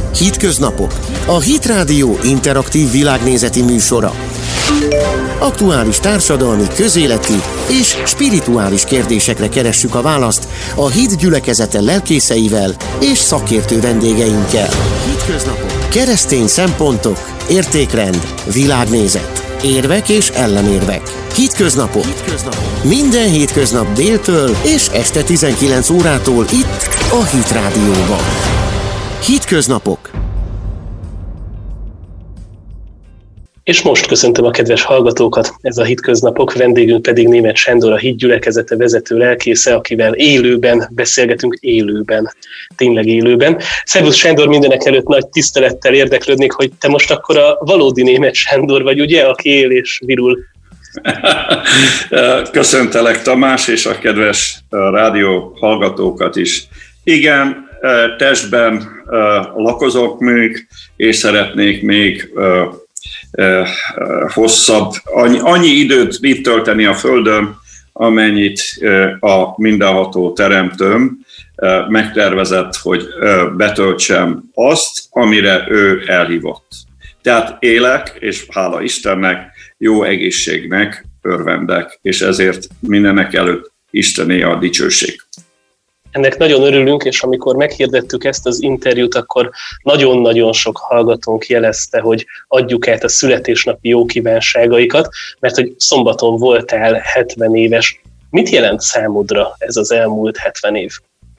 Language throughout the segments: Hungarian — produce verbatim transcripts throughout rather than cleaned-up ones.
Hétköznapok. A Hit Rádió interaktív világnézeti műsora. Aktuális társadalmi, közéleti és spirituális kérdésekre keressük a választ a Hit gyülekezete lelkészeivel és szakértő vendégeinkkel. Hétköznapok. Keresztény szempontok, értékrend, világnézet, érvek és ellenérvek. Hétköznapok. Hétköznapok. Minden hétköznap déltől és este tizenkilenc órától itt a Hit Rádióban. Hétköznapok. És most köszöntöm a kedves hallgatókat, ez a Hétköznapok, vendégünk pedig Németh Sándor, a Hit gyülekezete vezető lelkésze, akivel élőben beszélgetünk, élőben, tényleg élőben. Szervusz Sándor, mindenek előtt nagy tisztelettel érdeklődnék, hogy te most akkor a valódi Németh Sándor vagy, ugye, aki él és virul. Köszöntelek, Tamás, és a kedves rádió hallgatókat is. Igen, testben lakozok még, és szeretnék még hosszabb, annyi, annyi időt itt tölteni a Földön, amennyit a mindenható teremtőm megtervezett, hogy betöltsem azt, amire ő elhívott. Tehát élek, és hála Istennek, jó egészségnek örvendek, és ezért mindenek előtt Istené a dicsőség. Ennek nagyon örülünk, és amikor meghirdettük ezt az interjút, akkor nagyon-nagyon sok hallgatónk jelezte, hogy adjuk át a születésnapi jó kívánságaikat, mert hogy szombaton voltál hetven éves. Mit jelent számodra ez az elmúlt hetven év?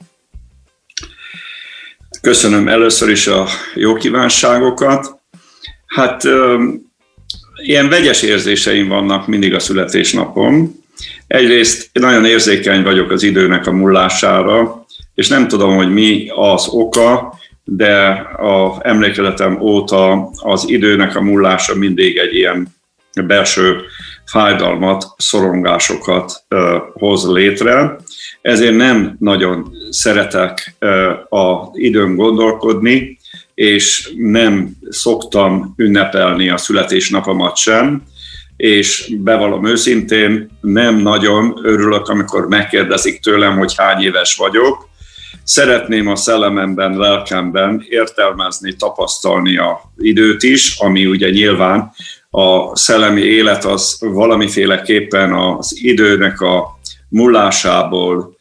Köszönöm először is a jó kívánságokat. Hát ilyen vegyes érzéseim vannak mindig a születésnapon. Egyrészt nagyon érzékeny vagyok az időnek a múlására, és nem tudom, hogy mi az oka, de az emlékezetem óta az időnek a múlása mindig egy ilyen belső fájdalmat, szorongásokat uh, hoz létre. Ezért nem nagyon szeretek uh, az időn gondolkodni, és nem szoktam ünnepelni a születésnapomat sem, és bevallom őszintén, nem nagyon örülök, amikor megkérdezik tőlem, hogy hány éves vagyok. Szeretném a szellememben, lelkemben értelmezni, tapasztalni az időt is, ami ugye nyilván a szellemi élet az valamiféleképpen az időnek a múlásából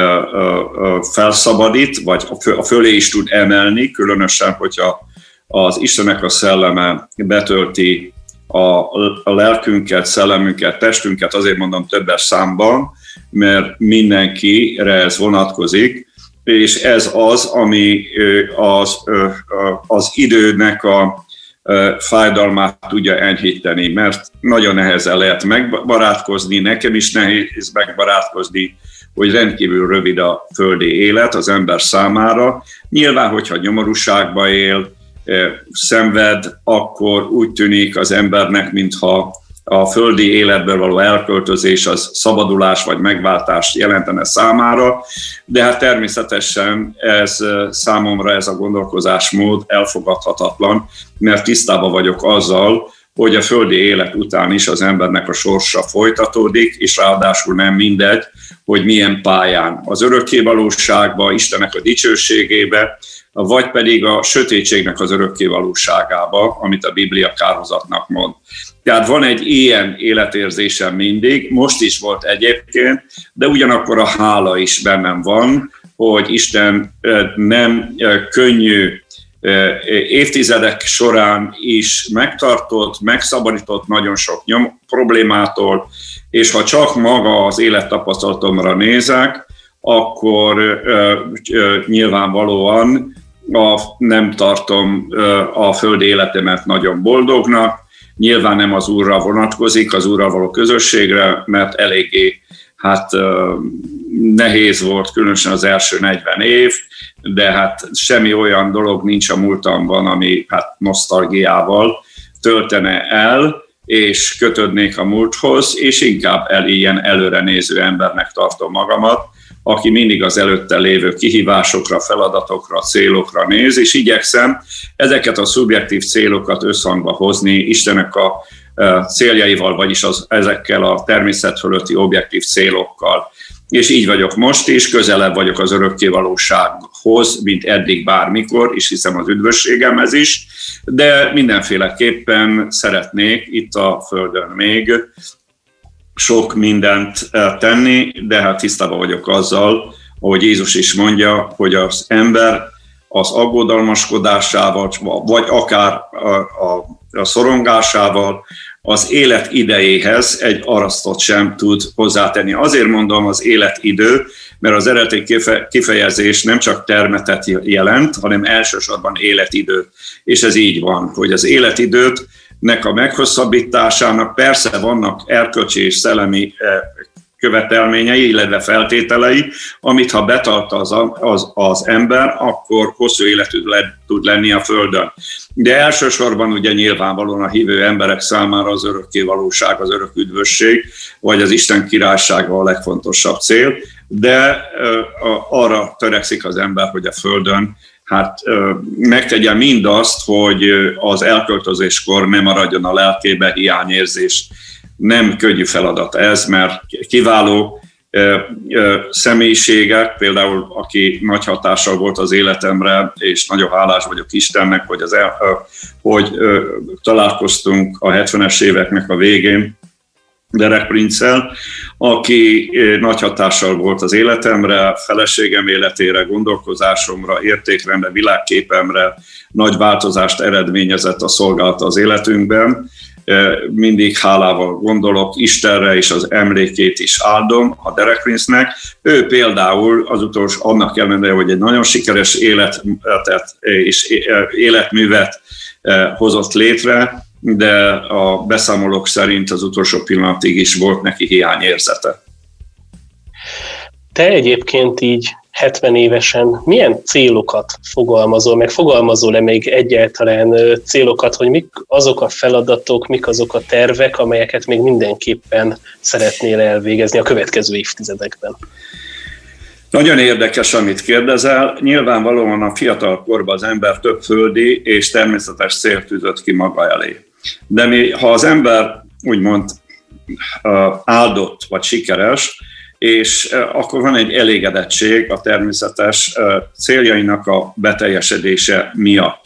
felszabadít, vagy a fölé is tud emelni, különösen, hogyha az Istennek a szelleme betölti a, a lelkünket, szellemünket, testünket, azért mondom többes számban, mert mindenkire ez vonatkozik, és ez az, ami az, az időnek a fájdalmát tudja enyhíteni, mert nagyon nehezen lehet megbarátkozni, nekem is nehéz megbarátkozni, hogy rendkívül rövid a földi élet az ember számára. Nyilván, hogyha nyomorúságba él, szenved, akkor úgy tűnik az embernek, mintha a földi életből való elköltözés az szabadulás vagy megváltást jelentene számára, de hát természetesen ez számomra ez a gondolkozásmód elfogadhatatlan, mert tisztában vagyok azzal, hogy a földi élet után is az embernek a sorsa folytatódik, és ráadásul nem mindegy, hogy milyen pályán. Az örökkévalóságba, Istennek a dicsőségébe, vagy pedig a sötétségnek az örökkévalóságába, amit a Biblia kárhozatnak mond. Tehát van egy ilyen életérzésem mindig, most is volt egyébként, de ugyanakkor a hála is bennem van, hogy Isten nem könnyű évtizedek során is megtartott, megszabadított nagyon sok nyom, problémától, és ha csak maga az élettapasztalatomra nézek, akkor ö, ö, nyilvánvalóan a, nem tartom ö, a földi életemet nagyon boldognak. Nyilván nem az Úrra vonatkozik, az Úrral való közösségre, mert eléggé hát, ö, nehéz volt, különösen az első negyven év, de hát semmi olyan dolog nincs a múltamban, ami hát nosztalgiával töltene el, és kötődnék a múlthoz, és inkább el ilyen előrenéző embernek tartom magamat, aki mindig az előtte lévő kihívásokra, feladatokra, célokra néz, és igyekszem ezeket a szubjektív célokat összhangba hozni Istennek a céljaival, vagyis az, ezekkel a természet fölötti objektív célokkal. és így vagyok most is, közelebb vagyok az örökkévalósághoz, mint eddig bármikor, és hiszem az üdvösségemhez is, de mindenféleképpen szeretnék itt a Földön még sok mindent tenni, de hát tisztában vagyok azzal, ahogy Jézus is mondja, hogy az ember az aggodalmaskodásával, vagy akár a, a, a szorongásával az élet idejéhez egy arasztot sem tud hozzátenni. Azért mondom az életidő, mert az eredeti kifejezés nem csak termetet jelent, hanem elsősorban életidőt. És ez így van, hogy az életidőt nek a meghosszabbításának persze vannak erkölcsi és szellemi követelményei, illetve feltételei, amit ha betart az, az, az ember, akkor hosszú életű le, tud lenni a Földön. De elsősorban ugye nyilvánvalóan a hívő emberek számára az örökkévalóság, az örök üdvösség, vagy az Isten királysága a legfontosabb cél, de arra törekszik az ember, hogy a Földön hát megtegye mindazt, hogy az elköltözéskor ne maradjon a lelkébe hiányérzés. Nem könnyű feladat ez, mert kiváló ö, ö, személyiségek, például aki nagy hatással volt az életemre, és nagyon hálás vagyok Istennek, hogy, az el, ö, hogy ö, találkoztunk a hetvenes éveknek a végén Derek Prince-el, aki nagy hatással volt az életemre, feleségem életére, gondolkozásomra, értékrendre, világképemre, nagy változást eredményezett a szolgálata az életünkben. Mindig hálával gondolok Istenre, és az emlékét is áldom a Derek Prince-nek. Ő például az utolsó, annak ellenére, hogy egy nagyon sikeres életet és életművet hozott létre, de a beszámolók szerint az utolsó pillanatig is volt neki hiányérzete. Te egyébként így hetven évesen milyen célokat fogalmazol, meg fogalmazol-e még egyáltalán célokat, hogy mik azok a feladatok, mik azok a tervek, amelyeket még mindenképpen szeretnél elvégezni a következő évtizedekben? Nagyon érdekes, amit kérdezel. Nyilvánvalóan a fiatal korban az ember több földi és természetes célt tűzött ki maga elé. De mi, ha az ember úgymond áldott vagy sikeres, és akkor van egy elégedettség a természetes céljainak a beteljesedése miatt.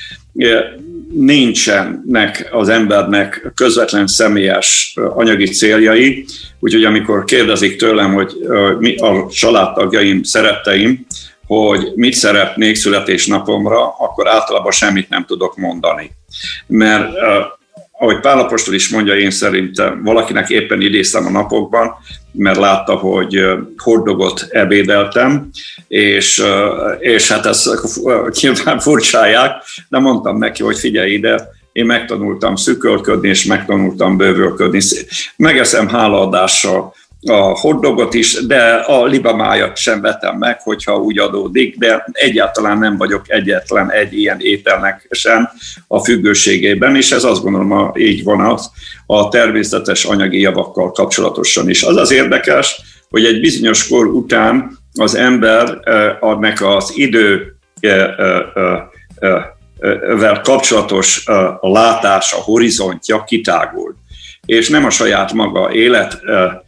Nincsenek az embernek közvetlen személyes anyagi céljai, úgyhogy amikor kérdezik tőlem, hogy mi a családtagjaim, szeretteim, hogy mit szeretnék születésnapomra, akkor általában semmit nem tudok mondani. Mert ahogy Pál apostol is mondja, én szerintem valakinek éppen idéztem a napokban, mert látta, hogy hotdogot ebédeltem, és, és hát ezt nyilván furcsálják, de mondtam neki, hogy figyelj ide, én megtanultam szükölködni, és megtanultam bővölködni. Megeszem hálaadással a hotdogot is, de a libamájat sem vetem meg, hogyha úgy adódik, de egyáltalán nem vagyok egyetlen egy ilyen ételnek sem a függőségében, és ez azt gondolom, így van az a természetes anyagi javakkal kapcsolatosan is. Az az érdekes, hogy egy bizonyos kor után az ember annak az idővel kapcsolatos látása, horizontja kitágul, és nem a saját maga élet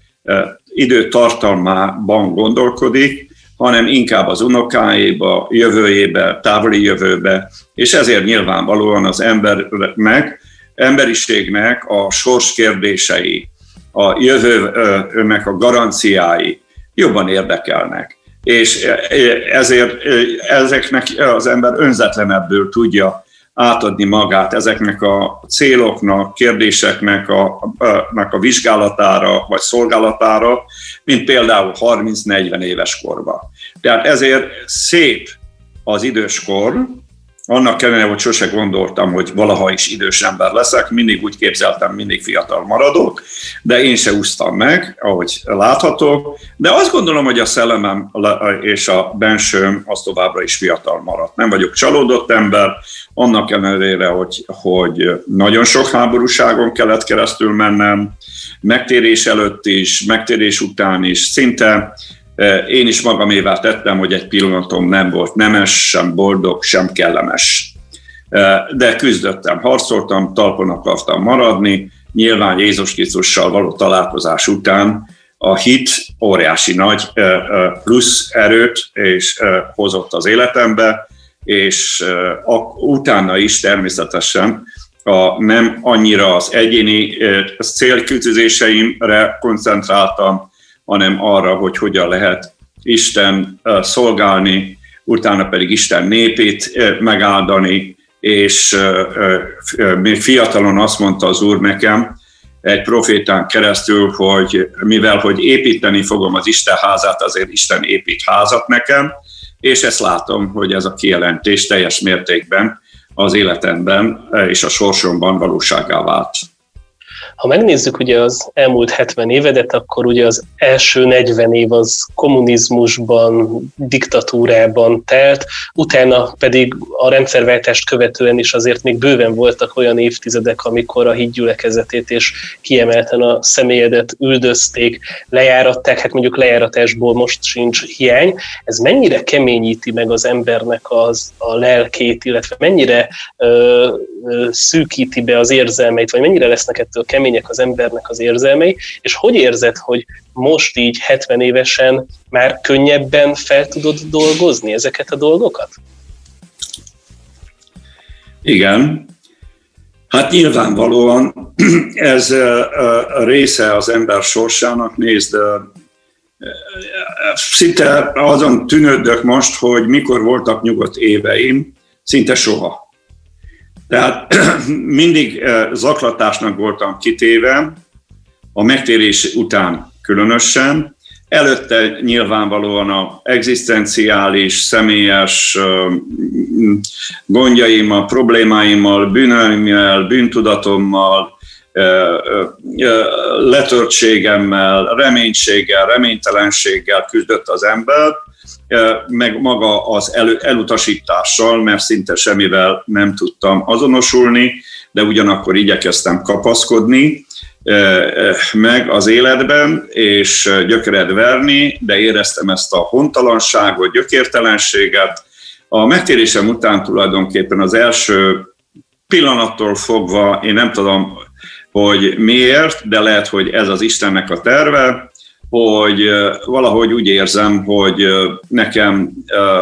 időtartalmában gondolkodik, hanem inkább az unokáéba, jövőjébe, távoli jövőbe, és ezért nyilvánvalóan az embernek, emberiségnek a sors kérdései, a jövőnek a garanciái jobban érdekelnek. És ezért ezeknek az ember önzetlenebből tudja átadni magát ezeknek a céloknak, kérdéseknek a, a, a vizsgálatára vagy szolgálatára, mint például harminc-negyven éves korban. Tehát ezért szép az időskor, annak ellenére, hogy sose gondoltam, hogy valaha is idős ember leszek, mindig úgy képzeltem, mindig fiatal maradok, de én se úsztam meg, ahogy látható, de azt gondolom, hogy a szellemem és a bensőm az továbbra is fiatal maradt. Nem vagyok csalódott ember, annak ellenére, hogy, hogy nagyon sok háborúságon kellett keresztül mennem, megtérés előtt is, megtérés után is, szinte én is magamévá tettem, hogy egy pillanatom nem volt nemes, sem boldog, sem kellemes. De küzdöttem, harcoltam, talpon akartam maradni, nyilván Jézus Krisztussal való találkozás után a hit óriási nagy plusz erőt és hozott az életembe, és utána is természetesen a nem annyira az egyéni célkitűzéseimre koncentráltam, hanem arra, hogy hogyan lehet Isten szolgálni, utána pedig Isten népét megáldani, és még fiatalon azt mondta az Úr nekem, egy profétán keresztül, hogy mivel hogy építeni fogom az Isten házát, azért Isten épít házat nekem, és ezt látom, hogy ez a kijelentés teljes mértékben az életemben és a sorsomban valósággá vált. Ha megnézzük ugye az elmúlt hetven évedet, akkor ugye az első negyven év az kommunizmusban, diktatúrában telt, utána pedig a rendszerváltást követően is azért még bőven voltak olyan évtizedek, amikor a hit gyülekezetét és kiemelten a személyedet üldözték, lejáratták, hát mondjuk lejáratásból most sincs hiány. Ez mennyire keményíti meg az embernek az, a lelkét, illetve mennyire ö, ö, szűkíti be az érzelmeit, vagy mennyire lesznek ettől kemények az embernek az érzelmei, és hogy érzed, hogy most így hetven évesen már könnyebben fel tudod dolgozni ezeket a dolgokat? Igen. Hát nyilvánvalóan ez a része az ember sorsának, nézd, szinte azon tűnődök most, hogy mikor voltak nyugodt éveim, szinte soha. Tehát mindig zaklatásnak voltam kitéve, a megtérés után különösen, előtte nyilvánvalóan az egzisztenciális, személyes gondjaimmal, problémáimmal, bűnömmel, bűntudatommal, letörtségemmel, reménységgel, reménytelenséggel küzdött az ember, meg maga az el, elutasítással, mert szinte semmivel nem tudtam azonosulni, de ugyanakkor igyekeztem kapaszkodni meg az életben, és gyökeret verni, de éreztem ezt a hontalanságot, gyökértelenséget. A megtérésem után tulajdonképpen az első pillanattól fogva, én nem tudom, hogy miért, de lehet, hogy ez az Istennek a terve, hogy valahogy úgy érzem, hogy nekem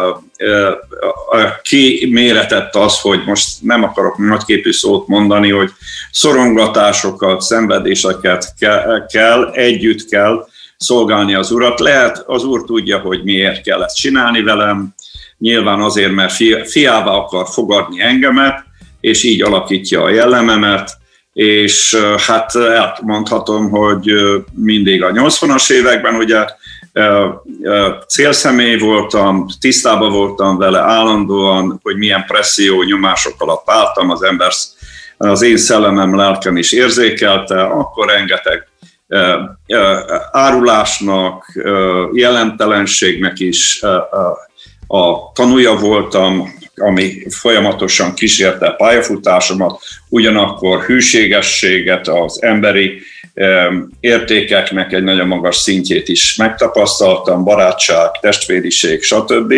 kiméretett az, hogy most nem akarok nagyképű szót mondani, hogy szorongatásokat, szenvedéseket kell, együtt kell szolgálni az Urat. Lehet, az Úr tudja, hogy miért kell ezt csinálni velem, nyilván azért, mert fiává akar fogadni engemet, és így alakítja a jellememet, és hát elmondhatom, hogy mindig a nyolcvanas években ugye célszemély voltam, tisztában voltam vele állandóan, hogy milyen presszió, nyomások alatt álltam, az ember, az én szellemem, lelkem is érzékelte, akkor rengeteg árulásnak, jelentelenségnek is a tanúja voltam, ami folyamatosan kísérte pályafutásomat, ugyanakkor hűségességet, az emberi értékeknek egy nagyon magas szintjét is megtapasztaltam, barátság, testvériség, stb.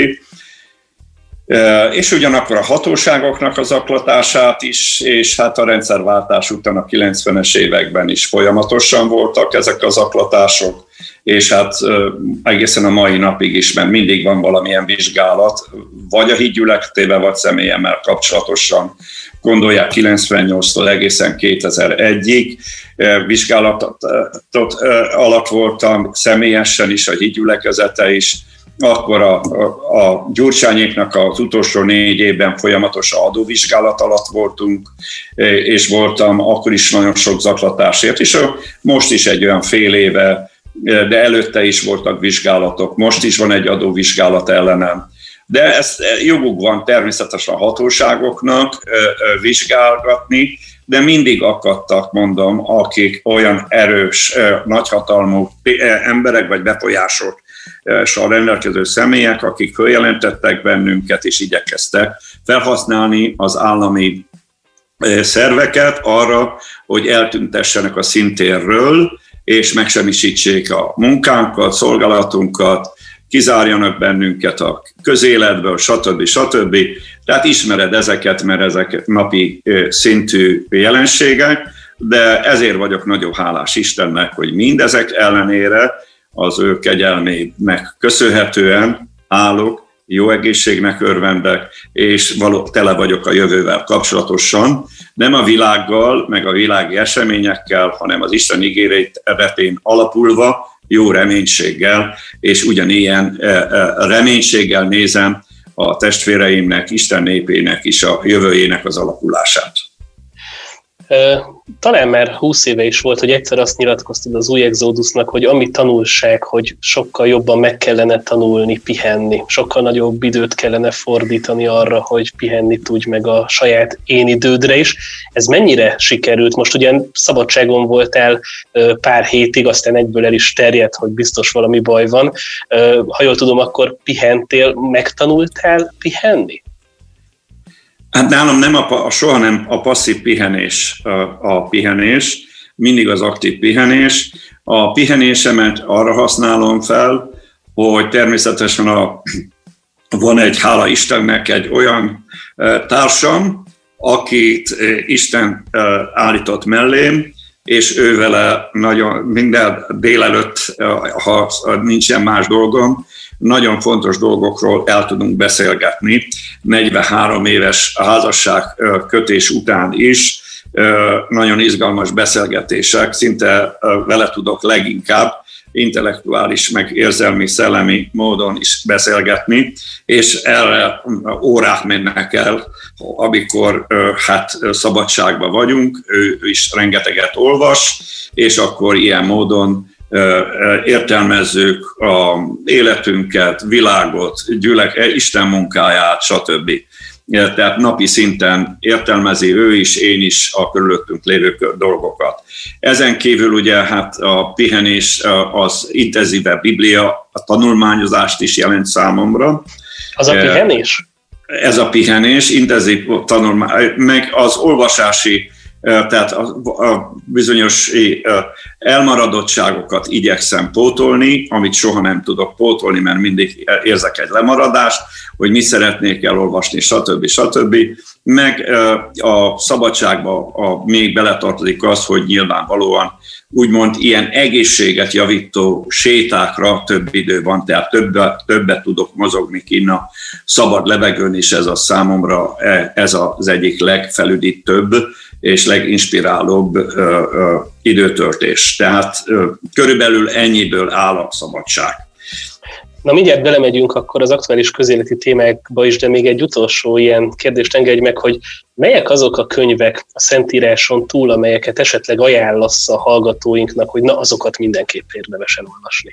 És ugyanakkor a hatóságoknak az zaklatását is, és hát a rendszerváltás után a kilencvenes években is folyamatosan voltak ezek a zaklatások, és hát egészen a mai napig is, mert mindig van valamilyen vizsgálat, vagy a hit gyülekezetével, vagy személyemmel kapcsolatosan. Gondolják, kilencvennyolctól egészen kétezer-egyig vizsgálatot alatt voltam, személyesen is, a hit gyülekezete is. Akkor a, a, a Gyurcsányéknak az utolsó négy évben folyamatosan adóvizsgálat alatt voltunk, és voltam akkor is nagyon sok zaklatásért, és most is egy olyan fél éve, de előtte is voltak vizsgálatok, most is van egy adóvizsgálat ellenem. De ezt joguk van természetesen a hatóságoknak vizsgálgatni, de mindig akadtak, mondom, akik olyan erős, nagyhatalmú emberek vagy befolyásossal rendelkező személyek, akik följelentettek bennünket és igyekeztek felhasználni az állami szerveket arra, hogy eltüntessenek a szintérről, és megsemmisítsék a munkánkat, szolgálatunkat, kizárjanak bennünket a közéletből, stb. stb. Tehát ismered ezeket, mert ezek napi szintű jelenségek, de ezért vagyok nagyon hálás Istennek, hogy mindezek ellenére az ő kegyelmének köszönhetően állok, jó egészségnek örvendek, és való, tele vagyok a jövővel kapcsolatosan, nem a világgal, meg a világi eseményekkel, hanem az Isten ígéretén alapulva, jó reménységgel, és ugyanilyen reménységgel nézem a testvéreimnek, Isten népének is a jövőjének az alakulását. Talán már húsz éve is volt, hogy egyszer azt nyilatkoztad az új Exodusnak, hogy ami tanulság, hogy sokkal jobban meg kellene tanulni, pihenni. Sokkal nagyobb időt kellene fordítani arra, hogy pihenni tudj meg a saját én idődre is. Ez mennyire sikerült? Most ugyan szabadságon voltál pár hétig, aztán egyből el is terjedt, hogy biztos valami baj van. Ha jól tudom, akkor pihentél, megtanultál pihenni? Hát nálam nem a, a, soha nem a passzív pihenés a, a pihenés, mindig az aktív pihenés. A pihenésemet arra használom fel, hogy természetesen a, van egy, hála Istennek, egy olyan társam, akit Isten állított mellém, és ő vele nagyon minden délelőtt, ha nincsen más dolgom, nagyon fontos dolgokról el tudunk beszélgetni. negyvenhárom éves házasság kötés után is nagyon izgalmas beszélgetések, szinte vele tudok leginkább intellektuális, meg érzelmi, szellemi módon is beszélgetni, és erre órák mennek el, amikor hát szabadságban vagyunk, ő is rengeteget olvas, és akkor ilyen módon értelmezzük az életünket, világot, gyülek, Isten munkáját, stb. Tehát napi szinten értelmezi ő is, én is a körülöttünk lévő dolgokat. Ezen kívül ugye hát a pihenés az intenzívebb biblia, a tanulmányozást is jelent számomra. Az a pihenés? Ez a pihenés, intenzív tanulmány, meg az olvasási, tehát a bizonyos elmaradottságokat igyekszem pótolni, amit soha nem tudok pótolni, mert mindig érzek egy lemaradást, hogy mit szeretnék elolvasni, stb. stb. Meg a szabadságba a, még beletartozik az, hogy nyilvánvalóan úgymond ilyen egészséget javító sétákra több idő van, tehát többet, többet tudok mozogni kinn a szabad levegőn, és ez a számomra ez az egyik legfelüdítőbb és leginspirálóbb ö, ö, időtöltés. Tehát ö, körülbelül ennyiből áll a szabadság. Na mindjárt belemegyünk akkor az aktuális közéleti témákba is, de még egy utolsó ilyen kérdést engedj meg, hogy melyek azok a könyvek a Szentíráson túl, amelyeket esetleg ajánlasz a hallgatóinknak, hogy na azokat mindenképp érdemesen olvasni?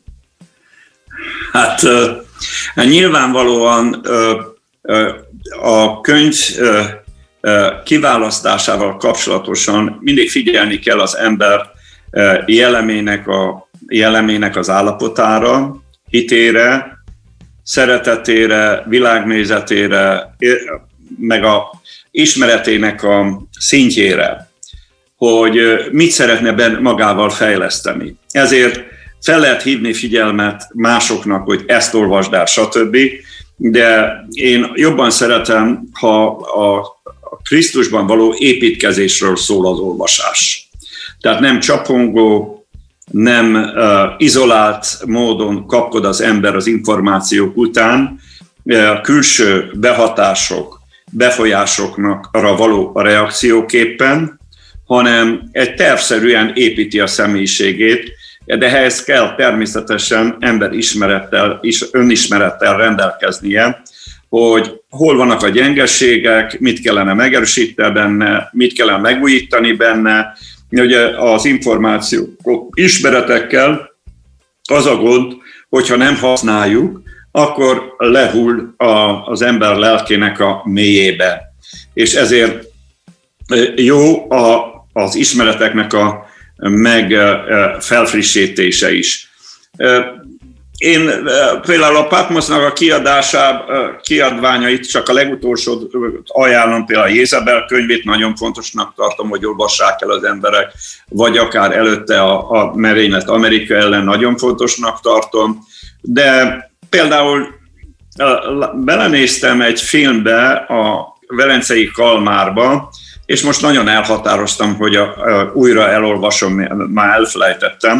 Hát ö, nyilvánvalóan ö, ö, a könyv ö, kiválasztásával kapcsolatosan mindig figyelni kell az ember jellemének, a, jellemének az állapotára, hitére, szeretetére, világnézetére, meg a ismeretének a szintjére, hogy mit szeretne magával fejleszteni. Ezért fel lehet hívni figyelmet másoknak, hogy ezt olvasd el, stb., de én jobban szeretem, ha a Krisztusban való építkezésről szól az olvasás. Tehát nem csapongó, nem uh, izolált módon kapkod az ember az információk után, uh, külső behatások, befolyásokra való a reakcióképpen, hanem egy tervszerűen építi a személyiségét, de ehhez kell természetesen emberismerettel és önismerettel rendelkeznie, hogy hol vannak a gyengeségek, mit kellene megerősíteni benne, mit kellene megújítani benne. Ugye az információk ismeretekkel az a gond, hogyha nem használjuk, akkor lehull az ember lelkének a mélyébe. És ezért jó az ismereteknek a meg felfrissítése is. Én például a Patmosnak a kiadásá, kiadványait, csak a legutolsó ajánlom, például a Jézabel könyvét, nagyon fontosnak tartom, hogy olvassák el az emberek, vagy akár előtte a, a merénylet Amerika ellen nagyon fontosnak tartom, de például belenéztem egy filmbe, a Velencei Kalmárba, és most nagyon elhatároztam, hogy a, a, újra elolvasom, már elfelejtettem,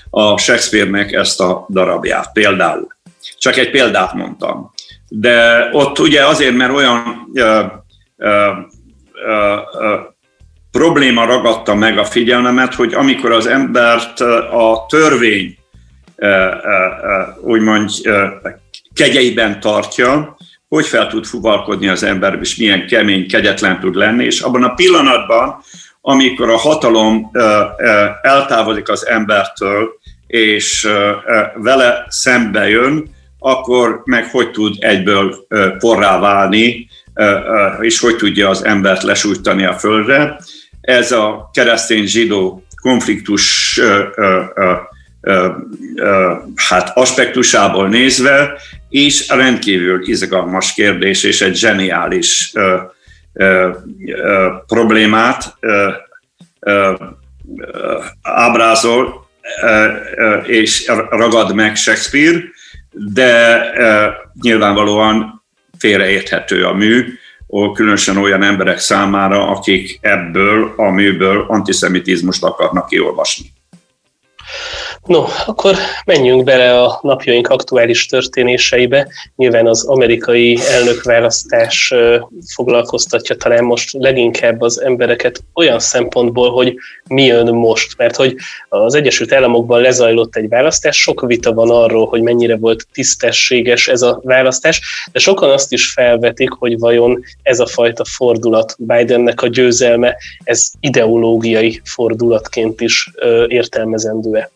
a Shakespeare-nek ezt a darabját például. Csak egy példát mondtam. De ott ugye azért, mert olyan ö, ö, ö, ö, probléma ragadta meg a figyelmemet, hogy amikor az embert a törvény ö, ö, ö, úgymond ö, kegyeiben tartja, hogy fel tud fuvalkodni az ember, és milyen kemény, kegyetlen tud lenni, és abban a pillanatban, amikor a hatalom ö, ö, eltávolodik az embertől, és ö, ö, vele szembe jön, akkor meg hogy tud egyből ö, porrá válni, ö, ö, és hogy tudja az embert lesújtani a földre. Ez a keresztény-zsidó konfliktus ö, ö, ö, ö, ö, hát aspektusából nézve, és rendkívül izgalmas kérdés, és egy zseniális ö, ö, ö, problémát ö, ö, ö, ábrázol, ö, ö, és ragad meg Shakespeare, de ö, nyilvánvalóan félreérthető a mű, különösen olyan emberek számára, akik ebből a műből antiszemitizmust akarnak kiolvasni. No, akkor menjünk bele a napjaink aktuális történéseibe. Nyilván az amerikai elnökválasztás foglalkoztatja talán most leginkább az embereket olyan szempontból, hogy mi jön most. Mert hogy az Egyesült Államokban lezajlott egy választás, sok vita van arról, hogy mennyire volt tisztességes ez a választás, de sokan azt is felvetik, hogy vajon ez a fajta fordulat, Bidennek a győzelme, ez ideológiai fordulatként is értelmezendő-e?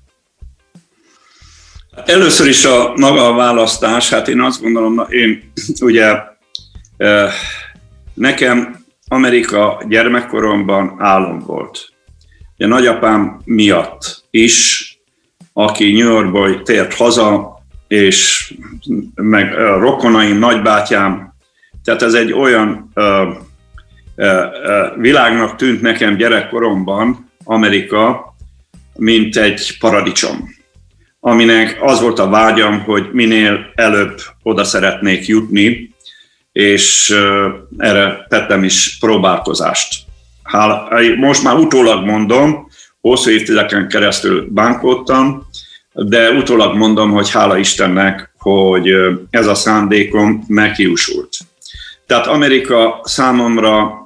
Először is a maga a választás, hát én azt gondolom, én ugye nekem Amerika gyermekkoromban álom volt. Ugye nagyapám miatt is, aki New Yorkból tért haza, és meg rokonaim, nagybátyám, tehát ez egy olyan ö, ö, ö, világnak tűnt nekem gyerekkoromban Amerika, mint egy paradicsom, aminek az volt a vágyam, hogy minél előbb oda szeretnék jutni, és erre tettem is próbálkozást. Most már utólag mondom, hosszú évtizedeken keresztül bánkodtam, de utólag mondom, hogy hála Istennek, hogy ez a szándékom meghiúsult. Tehát Amerika számomra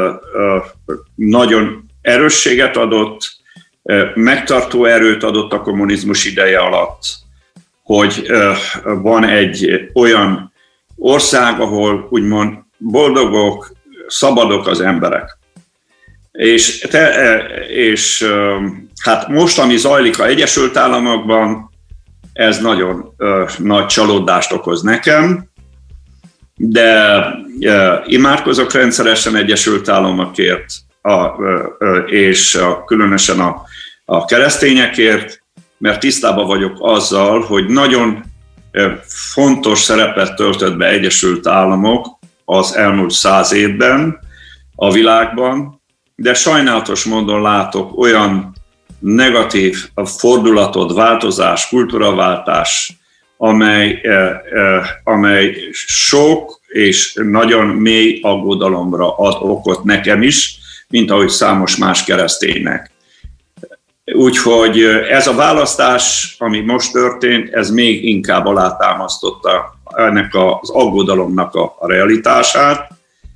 nagyon erősséget adott, megtartó erőt adott a kommunizmus ideje alatt, hogy van egy olyan ország, ahol úgymond boldogok, szabadok az emberek. És, te, és hát most, ami zajlik az Egyesült Államokban, ez nagyon nagy csalódást okoz nekem, de imádkozok rendszeresen Egyesült Államokért, a, és a, különösen a, a keresztényekért, mert tisztában vagyok azzal, hogy nagyon fontos szerepet töltött be Egyesült Államok az elmúlt száz évben a világban, de sajnálatos módon látok olyan negatív fordulatot, változás, kultúraváltás, amely, amely sok és nagyon mély aggodalomra ad okot nekem is, mint ahogy számos más kereszténynek. Úgyhogy ez a választás, ami most történt, ez még inkább alátámasztotta ennek az aggodalomnak a realitását.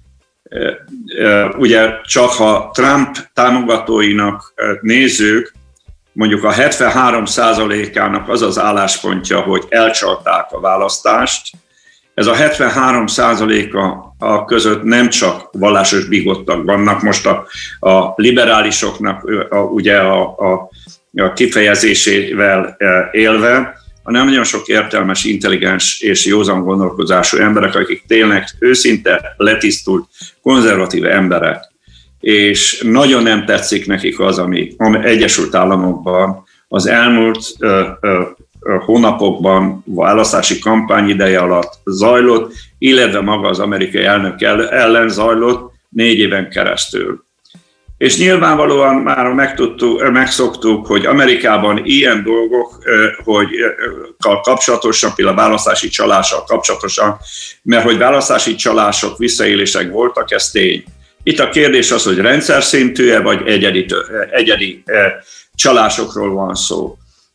Ugye csak ha Trump támogatóinak nézzük, mondjuk a hetvenhárom százalékának az az álláspontja, hogy elcsalták a választást. Ez a hetvenhárom százaléka között nem csak vallásos bigottak vannak, most a, a liberálisoknak a, ugye a, a, a kifejezésével élve, hanem nagyon sok értelmes, intelligens és józan gondolkozású emberek, akik tényleg őszinte, letisztult, konzervatív emberek, és nagyon nem tetszik nekik az, ami Egyesült Államokban az elmúlt ö, ö, hónapokban, választási kampány ideje alatt zajlott, illetve maga az amerikai elnök ellen zajlott négy éven keresztül. És nyilvánvalóan már megtudtuk, megszoktuk, hogy Amerikában ilyen dolgok, hogy kapcsolatosan, például a választási csalással kapcsolatosan, mert hogy választási csalások, visszaélések voltak, ez tény. Itt a kérdés az, hogy rendszer szintű-e, vagy egyedi, egyedi csalásokról van szó.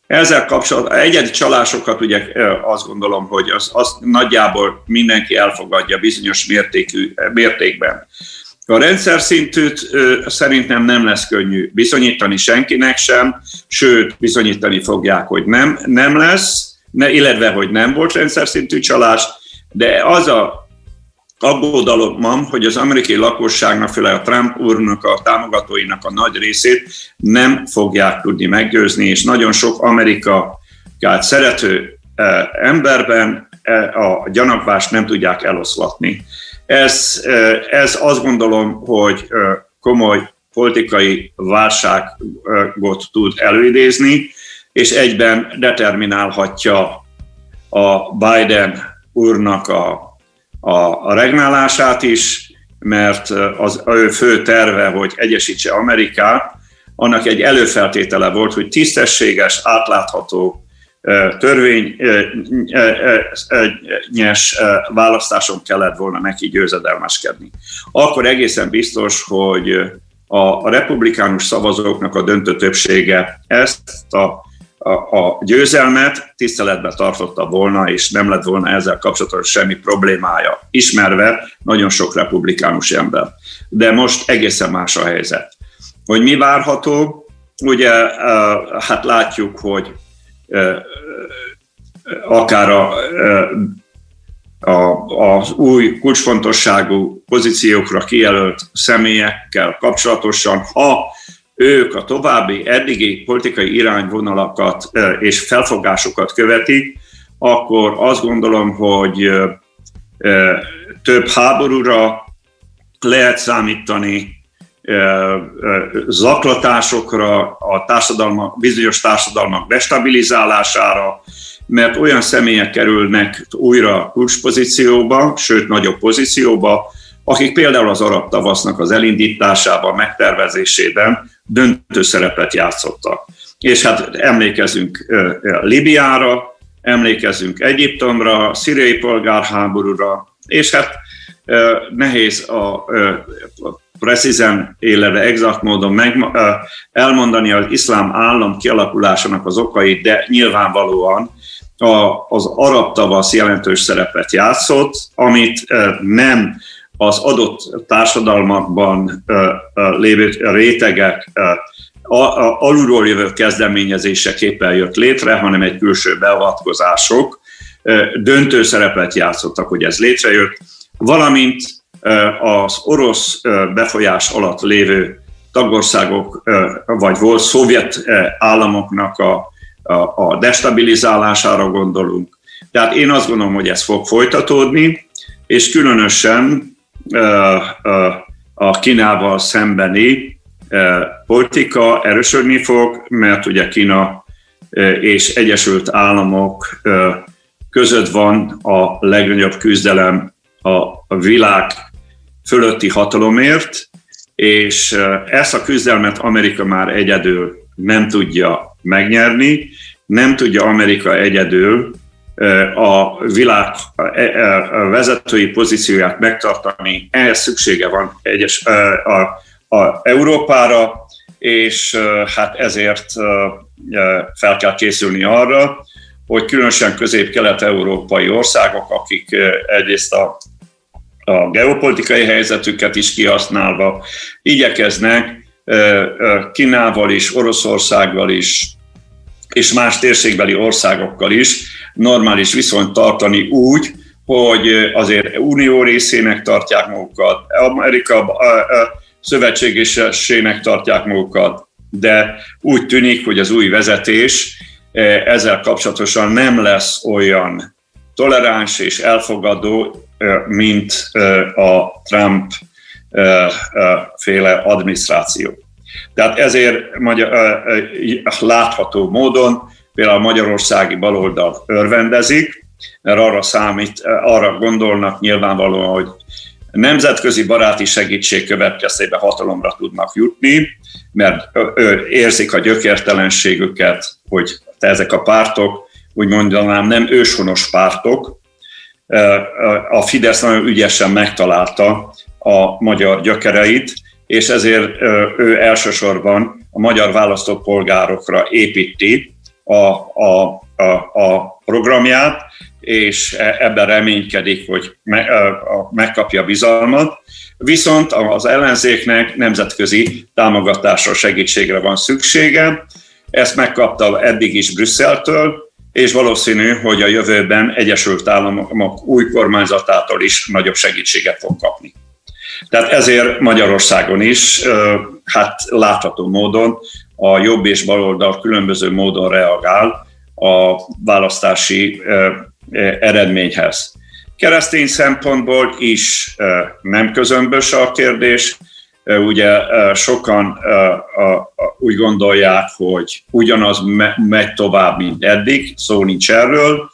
Ezzel kapcsolatban egyedi csalásokat ugye azt gondolom, hogy az, az nagyjából mindenki elfogadja bizonyos mértékű, mértékben. A rendszer szintűt szerintem nem lesz könnyű bizonyítani senkinek sem, sőt, bizonyítani fogják, hogy nem, nem lesz, ne, illetve, hogy nem volt rendszer szintű csalás, de az a aggódalomam, hogy az amerikai lakosságnak, főleg a Trump úrnak, a támogatóinak a nagy részét nem fogják tudni meggyőzni, és nagyon sok Amerikát szerető emberben a gyanakvást nem tudják eloszlatni. Ez, ez azt gondolom, hogy komoly politikai válságot tud előidézni, és egyben determinálhatja a Biden úrnak a, a, a regnálását is, mert az ő fő terve, hogy egyesítse Amerikát, annak egy előfeltétele volt, hogy tisztességes, átlátható, törvényes választáson kellett volna neki győzedelmeskedni. Akkor egészen biztos, hogy a republikánus szavazóknak a döntő többsége ezt a, a, a győzelmet tiszteletben tartotta volna, és nem lett volna ezzel kapcsolatos semmi problémája, ismerve nagyon sok republikánus ember. De most egészen más a helyzet. Hogy mi várható? Ugye hát látjuk, hogy akár a, a, az új kulcsfontosságú pozíciókra kijelölt személyekkel kapcsolatosan, ha ők a további eddigi politikai irányvonalakat és felfogásokat követik, akkor azt gondolom, hogy több háborúra lehet számítani, zaklatásokra, a társadalmak, bizonyos társadalmak destabilizálására, mert olyan személyek kerülnek újra kulcspozícióba, sőt nagyobb pozícióba, akik például az arab tavasznak az elindításában, megtervezésében döntő szerepet játszottak. És hát emlékezünk Libiára, emlékezünk Egyiptomra, szíriai polgárháborúra, és hát nehéz a precízen, illetve exakt módon meg, elmondani az iszlám állam kialakulásának az okait, de nyilvánvalóan a, az arab tavasz jelentős szerepet játszott, amit nem az adott társadalmakban lévő rétegek alulról jövő kezdeményezéseképpen jött létre, hanem egy külső beavatkozások döntő szerepet játszottak, hogy ez létrejött, valamint az orosz befolyás alatt lévő tagországok, vagy volt szovjet államoknak a, a, a destabilizálására gondolunk. Tehát én azt gondolom, hogy ez fog folytatódni, és különösen a Kínával szembeni politika erősödni fog, mert ugye Kína és Egyesült Államok között van a legnagyobb küzdelem a világ fölötti hatalomért, és ezt a küzdelmet Amerika már egyedül nem tudja megnyerni, nem tudja Amerika egyedül a világ vezetői pozícióját megtartani, ehhez szüksége van egyes, a, a Európára, és hát ezért fel kell készülni arra, hogy különösen közép-kelet-európai országok, akik egyrészt a, a geopolitikai helyzetüket is kihasználva igyekeznek Kínával is, Oroszországgal is, és más térségbeli országokkal is normális viszonyt tartani úgy, hogy azért unió részének tartják magukat, Amerika szövetségesének tartják magukat, de úgy tűnik, hogy az új vezetés ezzel kapcsolatosan nem lesz olyan toleráns és elfogadó, mint a Trump féle adminisztráció. Tehát ezért látható módon például a magyarországi baloldal örvendezik, mert arra számít, arra gondolnak nyilvánvalóan, hogy nemzetközi baráti segítség következtében hatalomra tudnak jutni, mert érzik a gyökértelenségüket, hogy ezek a pártok, úgy mondanám, nem őshonos pártok. A Fidesz nagyon ügyesen megtalálta a magyar gyökereit, és ezért ő elsősorban a magyar választópolgárokra építi a, a, a, a programját, és ebben reménykedik, hogy me, a, megkapja bizalmat. Viszont az ellenzéknek nemzetközi támogatásra, segítségre van szüksége. Ezt megkapta eddig is Brüsszeltől, és valószínű, hogy a jövőben Egyesült Államok új kormányzatától is nagyobb segítséget fog kapni. Tehát ezért Magyarországon is, hát látható módon a jobb és baloldal különböző módon reagál a választási eredményhez. Keresztény szempontból is nem közömbös a kérdés. Ugye sokan úgy gondolják, hogy ugyanaz megy tovább, mint eddig, szó nincs erről.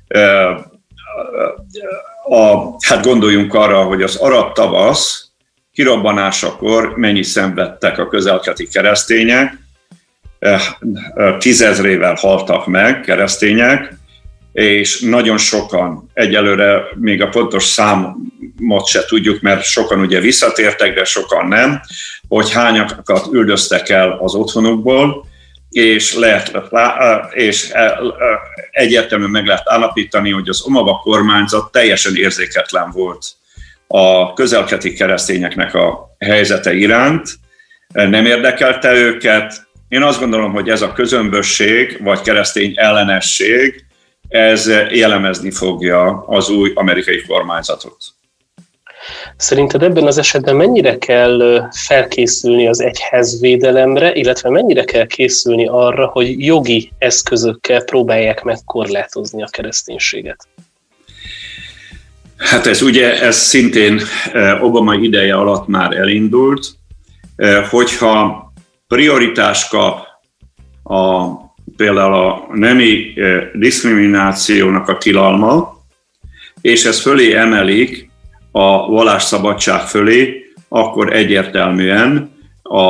A, hát gondoljunk arra, hogy az arab tavasz kirobbanásakor mennyi szenvedtek a közel-keleti keresztények, tízezrével haltak meg keresztények, és nagyon sokan, egyelőre még a pontos számot se tudjuk, mert sokan ugye visszatértek, de sokan nem, hogy hányakat üldöztek el az otthonukból, és, lehet, és egyértelműen meg lehet állapítani, hogy az Obama kormányzat teljesen érzéketlen volt a közel-keleti keresztényeknek a helyzete iránt, nem érdekelte őket. Én azt gondolom, hogy ez a közömbösség, vagy keresztény ellenesség, ez jellemezni fogja az új amerikai kormányzatot. Szerinted ebben az esetben mennyire kell felkészülni az egyházvédelemre, illetve mennyire kell készülni arra, hogy jogi eszközökkel próbálják meg korlátozni a kereszténységet? Hát ez ugye, ez szintén Obama ideje alatt már elindult, hogyha prioritás kap a, például a nemi diszkriminációnak a tilalma, és ez fölé emelik a vallásszabadság fölé, akkor egyértelműen a,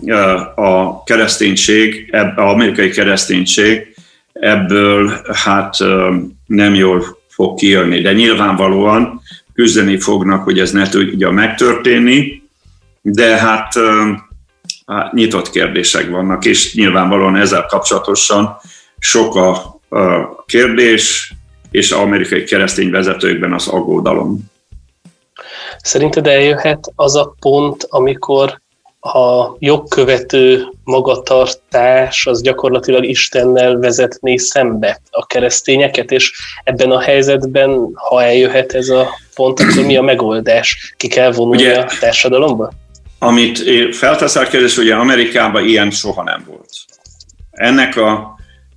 a kereszténység, az amerikai kereszténység ebből hát nem jól fog kijönni, de nyilvánvalóan küzdeni fognak, hogy ez ne tudja megtörténni, de hát, hát nyitott kérdések vannak, és nyilvánvalóan ezzel kapcsolatosan sok a kérdés, és az amerikai keresztény vezetőkben az aggódalom. Szerinted eljöhet az a pont, amikor a jogkövető magatartás az gyakorlatilag Istennel vezetné szembe a keresztényeket, és ebben a helyzetben, ha eljöhet ez a pont, akkor mi a megoldás? Ki kell vonulni ugye, a társadalomba? Amit felteszel kérdés, ugye Amerikában ilyen soha nem volt. Ennek a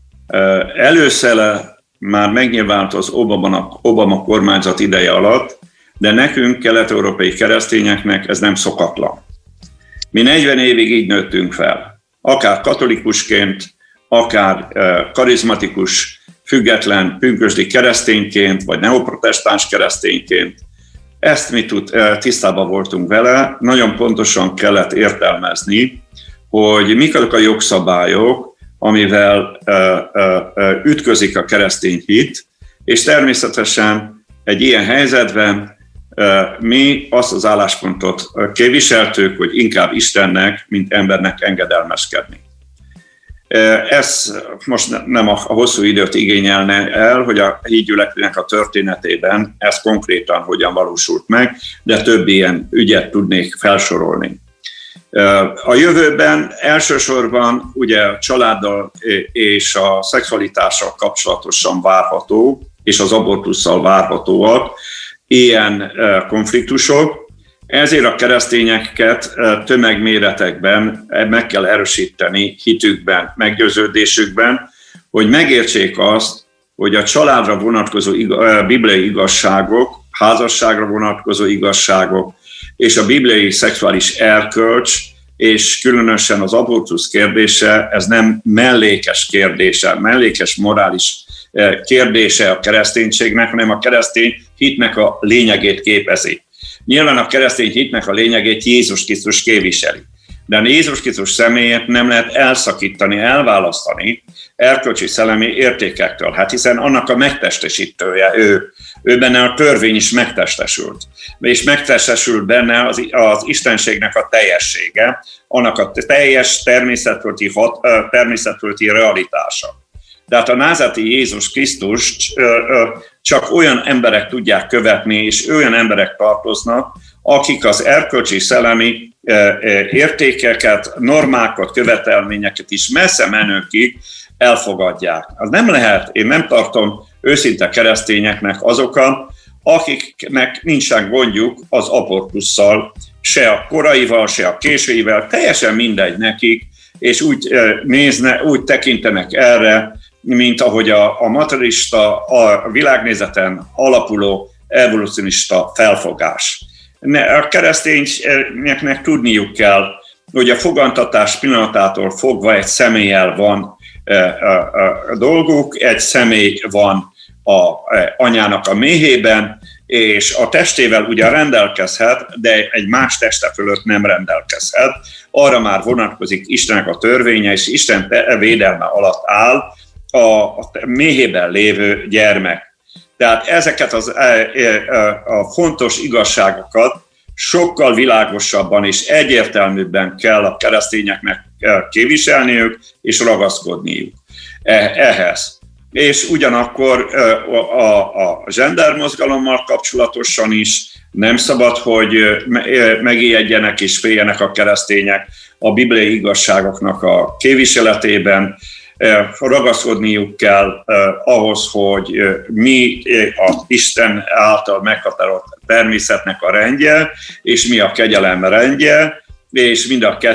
előszele már megnyilvánt az Obama, Obama kormányzat ideje alatt, de nekünk, kelet-európai keresztényeknek ez nem szokatlan. Mi negyven évig így nőttünk fel. Akár katolikusként, akár karizmatikus, független, pünkösdi keresztényként, vagy neoprotestáns keresztényként. Ezt mi tud, tisztában voltunk vele, nagyon pontosan kellett értelmezni, hogy mik azok a jogszabályok, amivel ütközik a keresztény hit, és természetesen egy ilyen helyzetben mi azt az álláspontot képviseltük, hogy inkább Istennek, mint embernek engedelmeskedni. Ez most nem a hosszú időt igényelne el, hogy a hídgyülekezetnek a történetében ez konkrétan hogyan valósult meg, de több ilyen ügyet tudnék felsorolni. A jövőben elsősorban ugye a családdal és a szexualitással kapcsolatosan várható, és az abortusszal várhatóak ilyen konfliktusok. Ezért a keresztényeket tömegméretekben meg kell erősíteni hitükben, meggyőződésükben, hogy megértsék azt, hogy a családra vonatkozó bibliai igazságok, házasságra vonatkozó igazságok és a bibliai szexuális erkölcs, és különösen az abortusz kérdése, ez nem mellékes kérdése, mellékes morális kérdése a kereszténységnek, hanem a keresztény hitnek a lényegét képezi. Nyilván a keresztény hitnek a lényegét Jézus Krisztus képviseli. De a Jézus Krisztus személyét nem lehet elszakítani, elválasztani erkölcsi szellemi értékektől. Hát hiszen annak a megtestesítője ő. Ő benne a törvény is megtestesült. És megtestesült benne az, az istenségnek a teljessége, annak a teljes természetföldi, hat, természetföldi realitása. Tehát a názáreti Jézus Krisztust csak olyan emberek tudják követni, és olyan emberek tartoznak, akik az erkölcsi szellemi értékeket, normákat, követelményeket is messze menőkig elfogadják. Az nem lehet, én nem tartom őszinte keresztényeknek azokat, akiknek nincsen gondjuk az abortusszal, se a koraival, se a későivel, teljesen mindegy nekik, és úgy nézne, úgy tekintenek erre, mint ahogy a, a materialista, a világnézeten alapuló evolucionista felfogás. A keresztényeknek tudniuk kell, hogy a fogantatás pillanatától fogva egy személlyel van a, a, a dolguk, egy személy van a anyának a méhében, és a testével ugyan rendelkezhet, de egy más teste fölött nem rendelkezhet. Arra már vonatkozik Istennek a törvénye, és Isten védelme alatt áll a méhében lévő gyermek. Tehát ezeket az, a fontos igazságokat sokkal világosabban és egyértelműbben kell a keresztényeknek képviselniük és ragaszkodniuk ehhez. És ugyanakkor a, a, a zsendermozgalommal kapcsolatosan is nem szabad, hogy megijedjenek és féljenek a keresztények a bibliai igazságoknak a képviseletében. Ragaszkodniuk kell ahhoz, hogy mi az Isten által meghatározott természetnek a rendje, és mi a kegyelem rendje, és mind a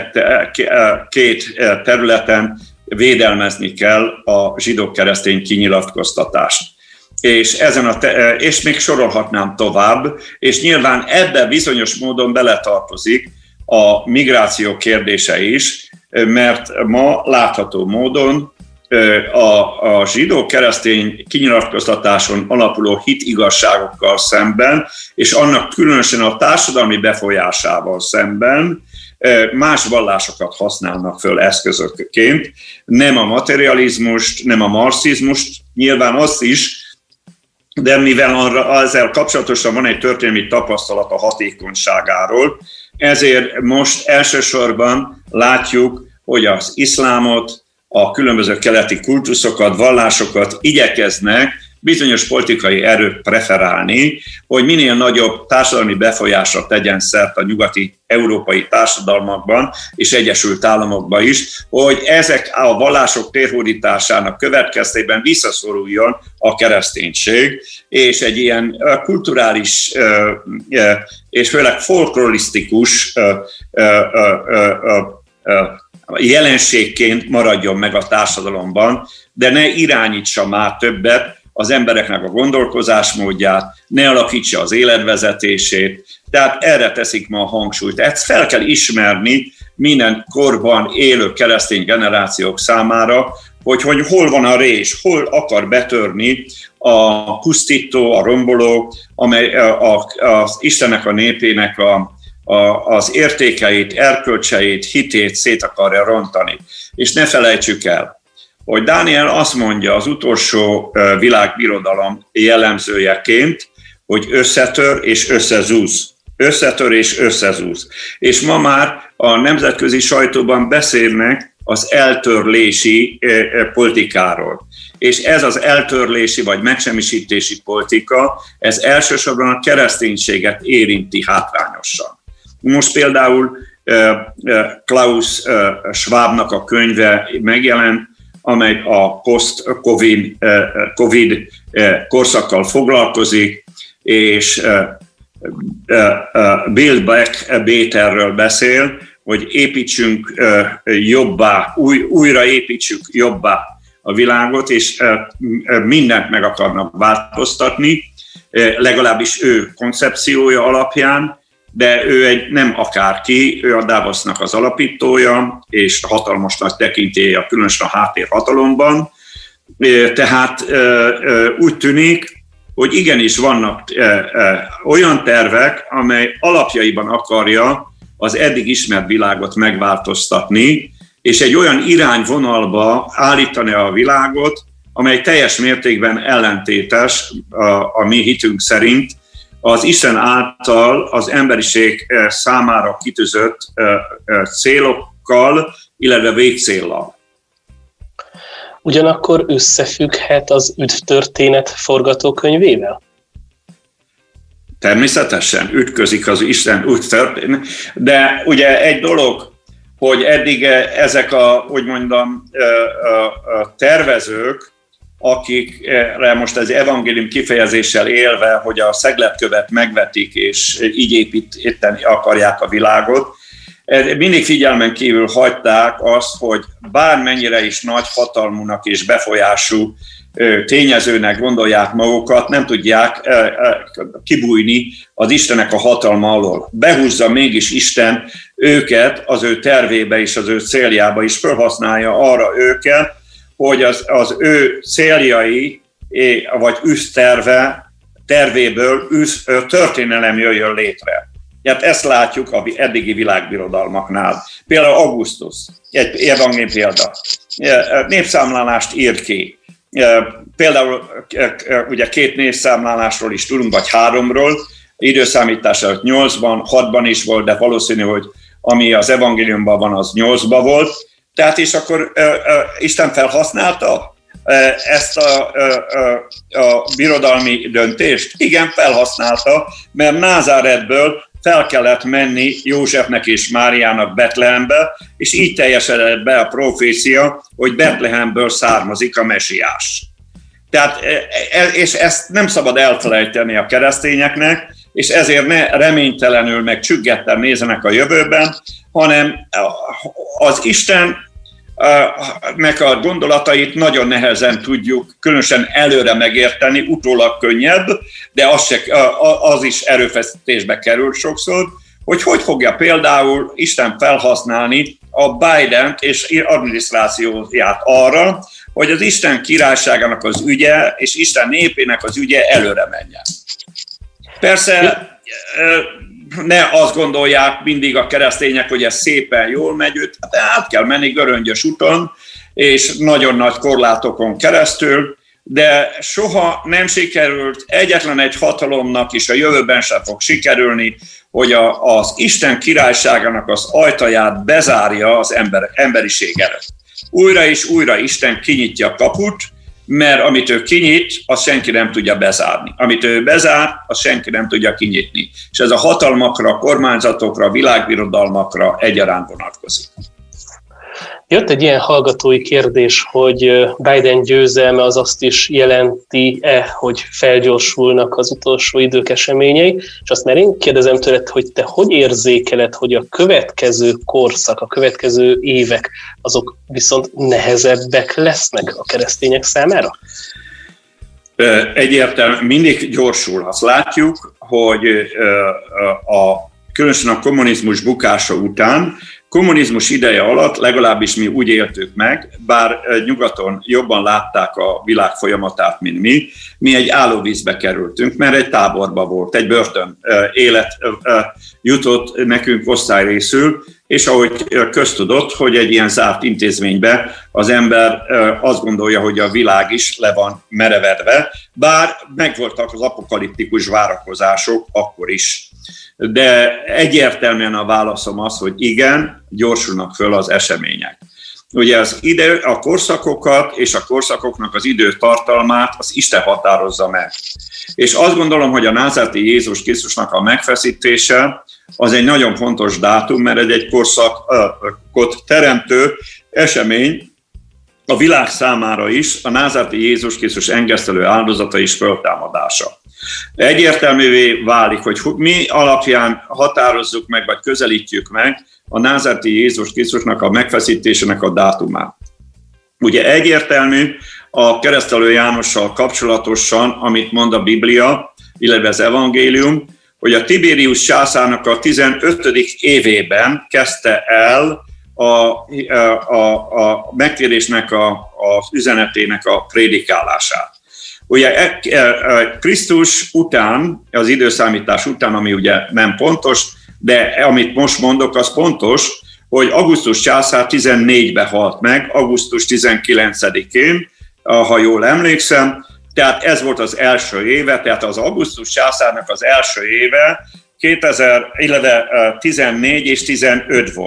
két területen védelmezni kell a zsidó-keresztény kinyilatkoztatást. És, ezen a te- és még sorolhatnám tovább, és nyilván ebben bizonyos módon beletartozik a migráció kérdése is, mert ma látható módon a, a zsidó-keresztény kinyilatkoztatáson alapuló hitigazságokkal szemben, és annak különösen a társadalmi befolyásával szemben más vallásokat használnak föl eszközökként, nem a materializmust, nem a marxizmust, nyilván azt is, de mivel arra, ezzel kapcsolatosan van egy történelmi tapasztalat a hatékonyságáról, ezért most elsősorban látjuk, hogy az iszlámot, a különböző keleti kultuszokat, vallásokat igyekeznek bizonyos politikai erők preferálni, hogy minél nagyobb társadalmi befolyásra tegyen szert a nyugati európai társadalmakban és Egyesült Államokban is, hogy ezek a vallások térhódításának következtében visszaszoruljon a kereszténység, és egy ilyen kulturális és főleg folklorisztikus jelenségként maradjon meg a társadalomban, de ne irányítsa már többet az embereknek a gondolkozásmódját, ne alakítsa az életvezetését, tehát erre teszik ma a hangsúlyt. Ezt fel kell ismerni minden korban élő keresztény generációk számára, hogy, hogy hol van a rés, hol akar betörni a pusztító, a romboló, amely a, a, az Istennek a népének a, a, az értékeit, erkölcseit, hitét szét akarja rontani. És ne felejtsük el, hogy Dániel azt mondja az utolsó világbirodalom jellemzőjeként, hogy összetör és összezúz. Összetör és összezúz. És ma már a nemzetközi sajtóban beszélnek az eltörlési politikáról. És ez az eltörlési vagy megsemmisítési politika, ez elsősorban a kereszténységet érinti hátrányosan. Most például Klaus Schwabnak a könyve megjelent, amely a post-Covid COVID korszakkal foglalkozik, és Bill Beck Béterről beszél, hogy építsünk jobbá, új, újra építsük jobbá a világot, és mindent meg akarnak változtatni, legalábbis ő koncepciója alapján, de ő egy nem akárki, ő a Davosnak az alapítója, és hatalmas nagy tekintélye, különösen a háttérhatalomban. Tehát úgy tűnik, hogy igenis vannak olyan tervek, amely alapjaiban akarja az eddig ismert világot megváltoztatni, és egy olyan irányvonalba állítani a világot, amely teljes mértékben ellentétes a, a mi hitünk szerint az Isten által az emberiség számára kitűzött célokkal, illetve végcéllal. Ugyanakkor összefügghet az üdvtörténet forgatókönyvével? Természetesen ütközik az Isten üdvtörténet, de ugye egy dolog, hogy eddig ezek a, úgy mondom, tervezők, akikre most az evangélium kifejezéssel élve, hogy a szegletkövet megvetik, és így építeni akarják a világot, mindig figyelmen kívül hagyták azt, hogy bármennyire is nagy hatalmúnak és befolyású tényezőnek gondolják magukat, nem tudják kibújni az Istennek a hatalma alól. Behúzza mégis Isten őket az ő tervébe és az ő céljába is, felhasználja arra őket, hogy az, az ő céljai vagy üszterve, tervéből üsz, történelem jöjjön létre. Hát ezt látjuk a eddigi világbirodalmaknál. Például Augustus, egy evangélium példa, népszámlálást írt ki. Például ugye két népszámlálásról is tudunk, vagy háromról, időszámítás előtt nyolcban, hatban is volt, de valószínű, hogy ami az evangéliumban van, az nyolcban volt. Tehát és akkor ö, ö, Isten felhasználta ö, ezt a, ö, ö, a birodalmi döntést? Igen, felhasználta, mert Názáretből fel kellett menni Józsefnek és Máriának Betlehembe, és így teljesedett be a profécia, hogy Betlehemből származik a mesiás. Tehát, és ezt nem szabad elfelejteni a keresztényeknek, és ezért ne reménytelenül meg csüggetten nézzenek a jövőben, hanem az Istennek a gondolatait nagyon nehezen tudjuk különösen előre megérteni, utólag könnyebb, de az, se, az is erőfeszítésbe kerül sokszor, hogy hogy fogja például Isten felhasználni a Bident és adminisztrációját arra, hogy az Isten királyságának az ügye és Isten népének az ügye előre menjen. Persze ne azt gondolják mindig a keresztények, hogy ez szépen jól megy, hát át kell menni göröngyös úton, és nagyon nagy korlátokon keresztül, de soha nem sikerült egyetlen egy hatalomnak, és a jövőben sem fog sikerülni, hogy a, az Isten királyságának az ajtaját bezárja az ember, emberiség előtt. Újra és újra Isten kinyitja a kaput, mert amit ő kinyit, azt senki nem tudja bezárni. Amit ő bezár, azt senki nem tudja kinyitni. És ez a hatalmakra, kormányzatokra, világbirodalmakra egyaránt vonatkozik. Jött egy ilyen hallgatói kérdés, hogy Biden győzelme az azt is jelenti-e, hogy felgyorsulnak az utolsó idők eseményei, és azt már én kérdezem tőled, hogy te hogy érzékeled, hogy a következő korszak, a következő évek, azok viszont nehezebbek lesznek a keresztények számára? Egyértelműen mindig gyorsul. Azt látjuk, hogy a, különösen a kommunizmus bukása után, kommunizmus ideje alatt legalábbis mi úgy éltük meg, bár nyugaton jobban látták a világ folyamatát, mint mi, mi egy állóvízbe kerültünk, mert egy táborba volt, egy börtön élet jutott nekünk osztályrészül, és ahogy köztudott, hogy egy ilyen zárt intézménybe az ember azt gondolja, hogy a világ is le van merevedve, bár megvoltak az apokaliptikus várakozások akkor is. De egyértelműen a válaszom az, hogy igen, gyorsulnak föl az események. Ugye az idő, a korszakokat és a korszakoknak az időtartalmát az Isten határozza meg. És azt gondolom, hogy a názáreti Jézus Krisztusnak a megfeszítése az egy nagyon fontos dátum, mert ez egy korszakot teremtő esemény a világ számára is, a názáreti Jézus Krisztus engesztelő áldozata és föltámadása. Egyértelművé válik, hogy mi alapján határozzuk meg, vagy közelítjük meg a názáreti Jézus Krisztusnak a megfeszítésének a dátumát. Ugye egyértelmű a Keresztelő Jánossal kapcsolatosan, amit mond a Biblia, illetve az evangélium, hogy a Tiberius császárnak a tizenötödik évében kezdte el a, a, a megtérésnek a, az üzenetének a prédikálását. Ugye Krisztus után, az időszámítás után, ami ugye nem pontos, de amit most mondok, az pontos, hogy augusztus császár tizennégyben halt meg, augusztus tizenkilencedikén, ha jól emlékszem, tehát ez volt az első éve, tehát az augusztus császárnak az első éve kétezer-tizennégy és tizenöt volt.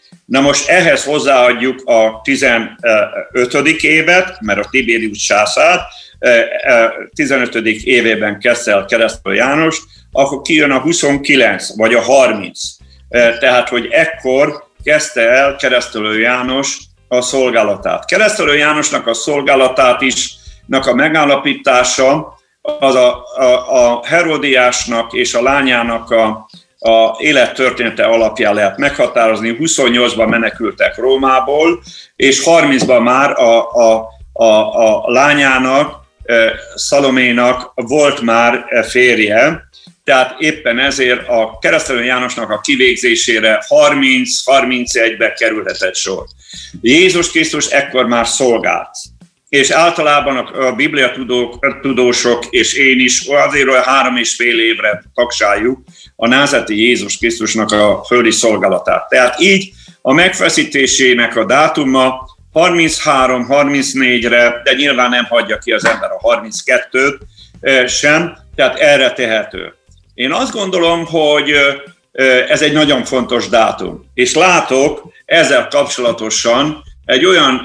Na most ehhez hozzáadjuk a tizenötödik évet, mert a Tiberius császár tizenötödik évében kezdte el Keresztelő János, akkor kijön a huszonkilenc vagy a harminc. Tehát, hogy ekkor kezdte el Keresztelő János a szolgálatát. Keresztelő Jánosnak a szolgálatát is, a megállapítása az a, a, a Heródiásnak és a lányának a, a élettörténete alapján lehet meghatározni. huszonnyolcban menekültek Rómából, és harmincban már a, a, a, a lányának, Szaloménak volt már férje, tehát éppen ezért a Keresztelő Jánosnak a kivégzésére harminc-harmincegyben kerülhetett sor. Jézus Krisztus ekkor már szolgált, és általában a Biblia tudósok és én is azért olyan három és fél évre tagsáljuk a názáreti Jézus Krisztusnak a földi szolgálatát. Tehát így a megfeszítésének a dátuma harminchárom harmincnégyre, de nyilván nem hagyja ki az ember a harminckettőt sem, tehát erre tehető. Én azt gondolom, hogy ez egy nagyon fontos dátum, és látok ezzel kapcsolatosan egy olyan,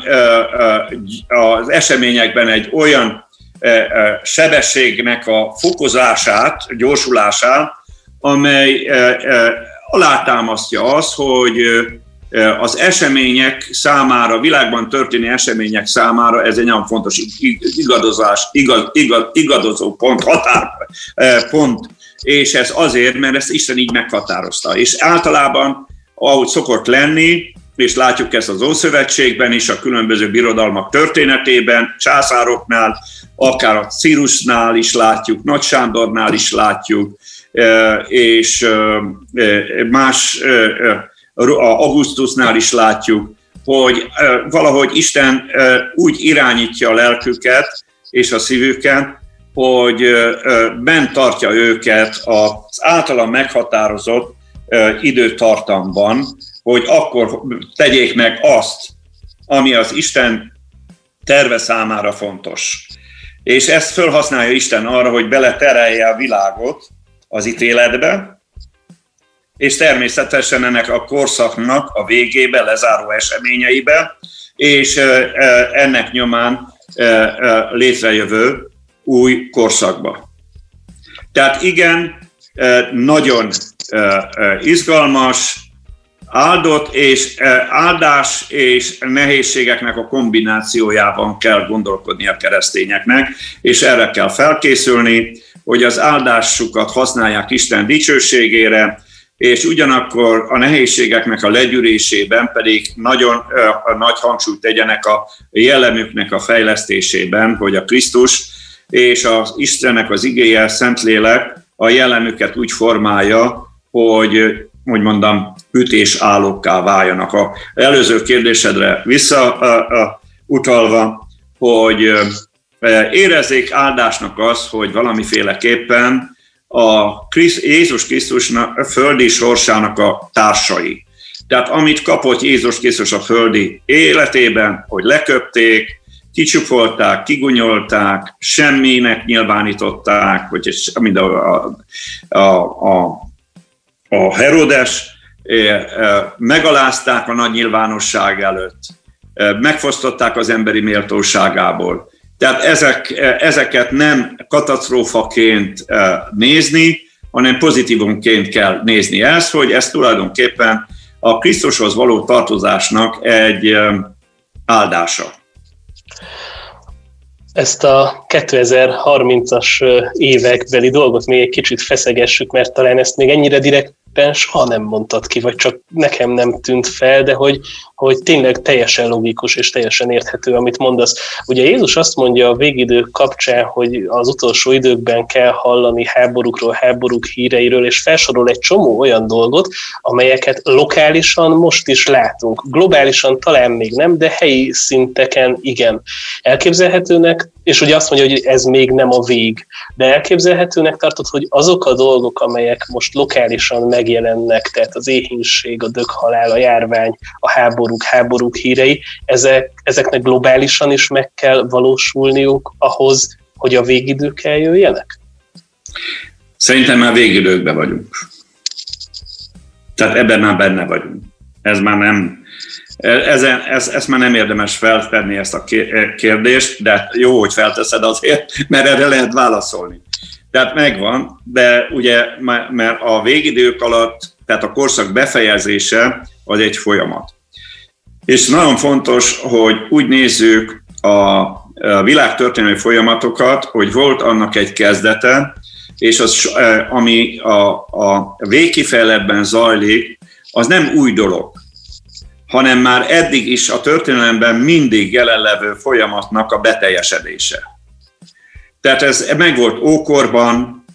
az eseményekben egy olyan sebességnek a fokozását, gyorsulását, amely alátámasztja azt, hogy az események számára, világban történő események számára ez egy nagyon fontos igadozás, igaz, igaz, igadozó pont, határpont, és ez azért, mert ezt Isten így meghatározta. És általában, ahogy szokott lenni, és látjuk ezt az Ószövetségben is, a különböző birodalmak történetében, császároknál, akár a Círusnál is látjuk, Nagy Sándornál is látjuk, és más Augustusnál is látjuk, hogy valahogy Isten úgy irányítja a lelküket és a szívüket, hogy bent tartja őket az általa meghatározott időtartamban, hogy akkor tegyék meg azt, ami az Isten terve számára fontos. És ezt felhasználja Isten arra, hogy beleterelje a világot az ítéletbe, és természetesen ennek a korszaknak a végébe, lezáró eseményeibe, és ennek nyomán létrejövő új korszakba. Tehát igen, nagyon izgalmas, áldott és áldás és nehézségeknek a kombinációjában kell gondolkodni a keresztényeknek, és erre kell felkészülni, hogy az áldásukat használják Isten dicsőségére, és ugyanakkor a nehézségeknek a legyűrésében pedig nagyon uh, nagy hangsúlyt tegyenek a jellemüknek a fejlesztésében, hogy a Krisztus és az Istennek az igéje, Szentlélek a jellemüket úgy formálja, hogy, hogy mondom, ütésállókká váljanak. Az előző kérdésedre visszautalva, hogy uh, érezzék áldásnak az, hogy valamiféleképpen a Krisz, Jézus Krisztusnak a földi sorsának a társai. Tehát amit kapott Jézus Krisztus a földi életében, hogy leköpték, kicsupolták, kigunyolták, semminek nyilvánították, vagy mind a, a, a, a Herodes, megalázták a nagy nyilvánosság előtt, megfosztották az emberi méltóságából. Tehát ezek, ezeket nem katasztrófaként nézni, hanem pozitívumként kell nézni ezt, hogy ez tulajdonképpen a Krisztushoz való tartozásnak egy áldása. Ezt a kétezer-harmincas évekbeli dolgot még egy kicsit feszegessük, mert talán ezt még ennyire direkten soha nem mondtad ki, vagy csak nekem nem tűnt fel, de hogy, hogy tényleg teljesen logikus és teljesen érthető, amit mondasz. Ugye Jézus azt mondja a végidők kapcsán, hogy az utolsó időkben kell hallani háborúkról, háborúk híreiről, és felsorol egy csomó olyan dolgot, amelyeket lokálisan most is látunk. Globálisan talán még nem, de helyi szinteken igen. Elképzelhetőnek, és ugye azt mondja, hogy ez még nem a vég, de elképzelhetőnek tartod, hogy azok a dolgok, amelyek most lokálisan megjelennek, tehát az éhínség, a döghalál, a járvány, a háborúk, háborúk hírei, ezek, ezeknek globálisan is meg kell valósulniuk ahhoz, hogy a végidők eljöjjenek? Szerintem már végidőkben vagyunk. Tehát ebben már benne vagyunk. Ez már nem, ezen, ez, ezt már nem érdemes feltenni, ezt a kérdést, de jó, hogy felteszed azért, mert erre lehet válaszolni. Tehát megvan, de ugye, mert a végidők alatt, tehát a korszak befejezése az egy folyamat. És nagyon fontos, hogy úgy nézzük a világtörténelmi folyamatokat, hogy volt annak egy kezdete, és az, ami a, a végkifejletben zajlik, az nem új dolog, hanem már eddig is a történelemben mindig jelenlevő folyamatnak a beteljesedése. Tehát ez megvolt ókorban,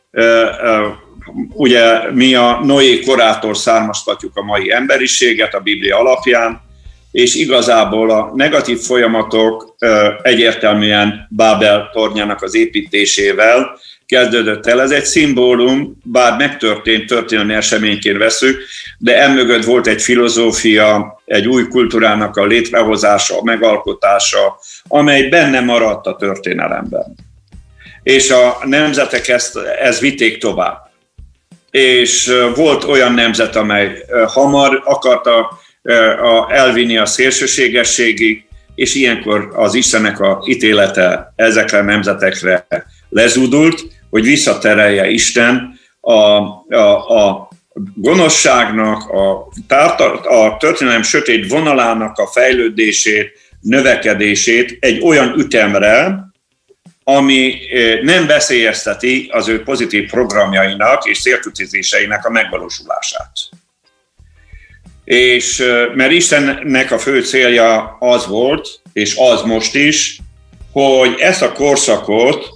ugye mi a Noé korától származtatjuk a mai emberiséget a Biblia alapján, és igazából a negatív folyamatok egyértelműen Bábel tornyának az építésével kezdődött el. Ez egy szimbólum, bár megtörtént történelmi eseményként veszük, de emögött volt egy filozófia, egy új kultúrának a létrehozása, a megalkotása, amely benne maradt a történelemben. És a nemzetek ezt, ezt vitték tovább. És volt olyan nemzet, amely hamar akarta elvinni a szélsőségességig, és ilyenkor az Istennek a ítélete ezekre a nemzetekre lezúdult, hogy visszaterelje Isten a, a, a gonoszságnak, a, a történelem sötét vonalának a fejlődését, növekedését egy olyan ütemre, ami nem veszélyezteti az ő pozitív programjainak és célkitűzéseinek a megvalósulását. És mert Istennek a fő célja az volt, és az most is, hogy ezt a korszakot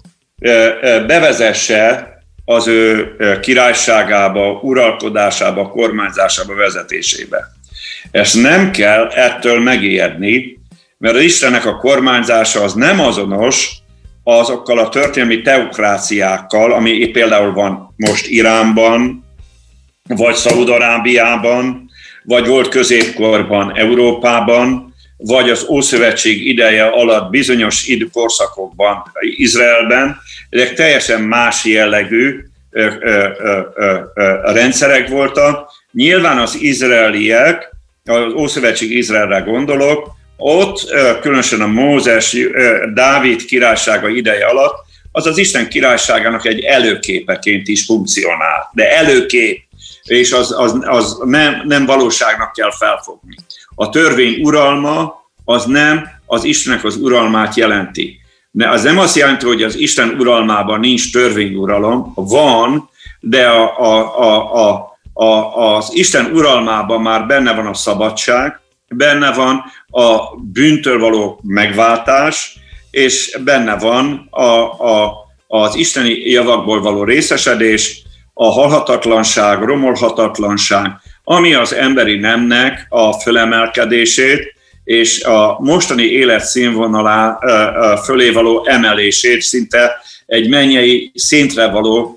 bevezesse az ő királyságába, uralkodásába, kormányzásába, vezetésébe. Ezt nem kell ettől megijedni, mert az Istennek a kormányzása az nem azonos azokkal a történelmi teokráciákkal, ami például van most Iránban, vagy Szaúd-Arábiában, vagy volt középkorban Európában, vagy az Ószövetség ideje alatt bizonyos időkorszakokban Izraelben. Ezek teljesen más jellegű ö, ö, ö, ö, ö, rendszerek voltak. Nyilván az izraeliek, az Ószövetség Izraelre gondolok, ott különösen a Mózes, Dávid királysága ideje alatt, az az Isten királyságának egy előképeként is funkcionál. De előkép, és az, az, az nem, nem valóságnak kell felfogni. A törvény uralma az nem az Istennek az uralmát jelenti. De az nem azt jelenti, hogy az Isten uralmában nincs törvényuralom, van, de a, a, a, a, a, az Isten uralmában már benne van a szabadság, benne van a bűntől való megváltás, és benne van a, a, az isteni javakból való részesedés, a halhatatlanság, romolhatatlanság, ami az emberi nemnek a fölemelkedését és a mostani életszínvonalá fölé való emelését, szinte egy mennyei szintre való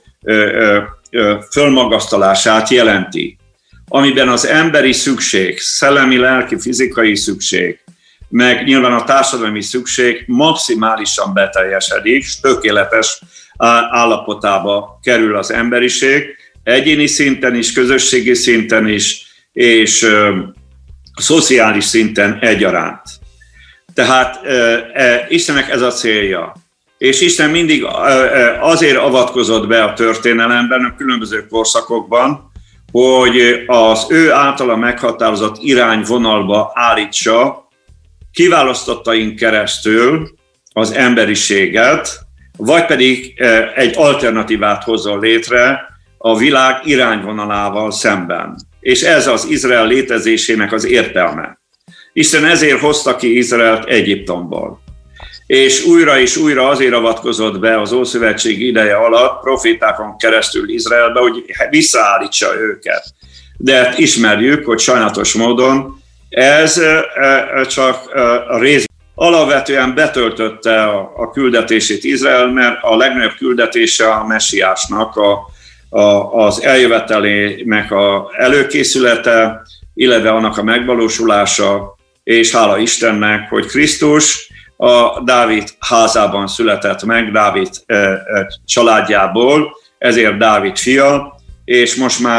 fölmagasztalását jelenti. Amiben az emberi szükség, szellemi, lelki, fizikai szükség, meg nyilván a társadalmi szükség maximálisan beteljesedik, tökéletes állapotába kerül az emberiség, egyéni szinten is, közösségi szinten is, és ö, szociális szinten egyaránt. Tehát ö, ö, Istennek ez a célja. És Isten mindig ö, ö, azért avatkozott be a történelemben, a különböző korszakokban, hogy az ő általa meghatározott irányvonalba állítsa kiválasztottaink keresztül az emberiséget, vagy pedig egy alternatívát hozzon létre a világ irányvonalával szemben. És ez az Izrael létezésének az értelme. Isten ezért hozta ki Izraelt Egyiptomból. És újra és újra azért avatkozott be az Ószövetség ideje alatt profétákon keresztül Izraelbe, hogy visszaállítsa őket. De ismerjük, hogy sajnálatos módon ez csak a rész alapvetően betöltötte a küldetését Izrael, mert a legnagyobb küldetése a messiásnak, a, a, az eljövetelének a előkészülete, illetve annak a megvalósulása, és hála Istennek, hogy Krisztus a Dávid házában született meg, Dávid családjából, ezért Dávid fia, és most már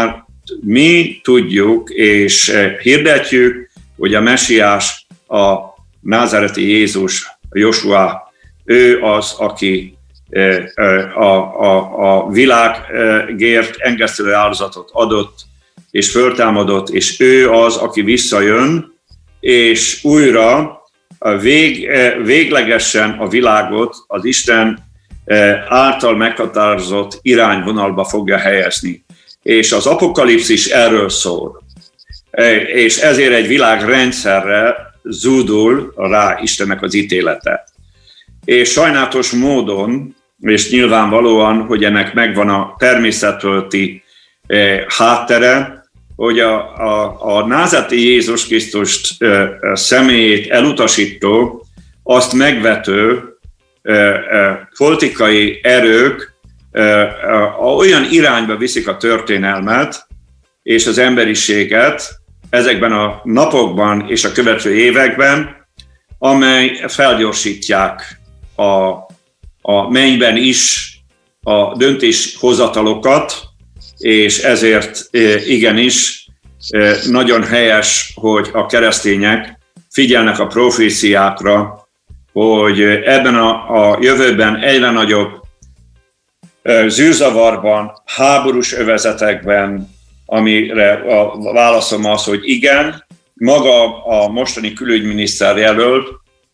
mi tudjuk és hirdetjük, hogy a messiás, a názáreti Jézus, Jósua, ő az, aki a, a, a világért engesztelő áldozatot adott, és föltámadott, és ő az, aki visszajön, és újra vég, véglegesen a világot az Isten által meghatározott irányvonalba fogja helyezni. És az apokalipszis erről szól. És ezért egy világrendszerre zúdul rá Istennek az ítélete. És sajnálatos módon, és nyilvánvalóan, hogy ennek megvan a természetfölötti háttere, hogy a, a, a názáreti Jézus Krisztust személyét elutasító, azt megvető politikai erők olyan irányba viszik a történelmet és az emberiséget ezekben a napokban és a következő években, amely felgyorsítják a, a mennyben is a döntéshozatalokat, és ezért igenis nagyon helyes, hogy a keresztények figyelnek a proféciákra, hogy ebben a, a jövőben egyre nagyobb zűrzavarban, háborús övezetekben, amire a válaszom az, hogy igen, maga a mostani külügyminiszter jelölt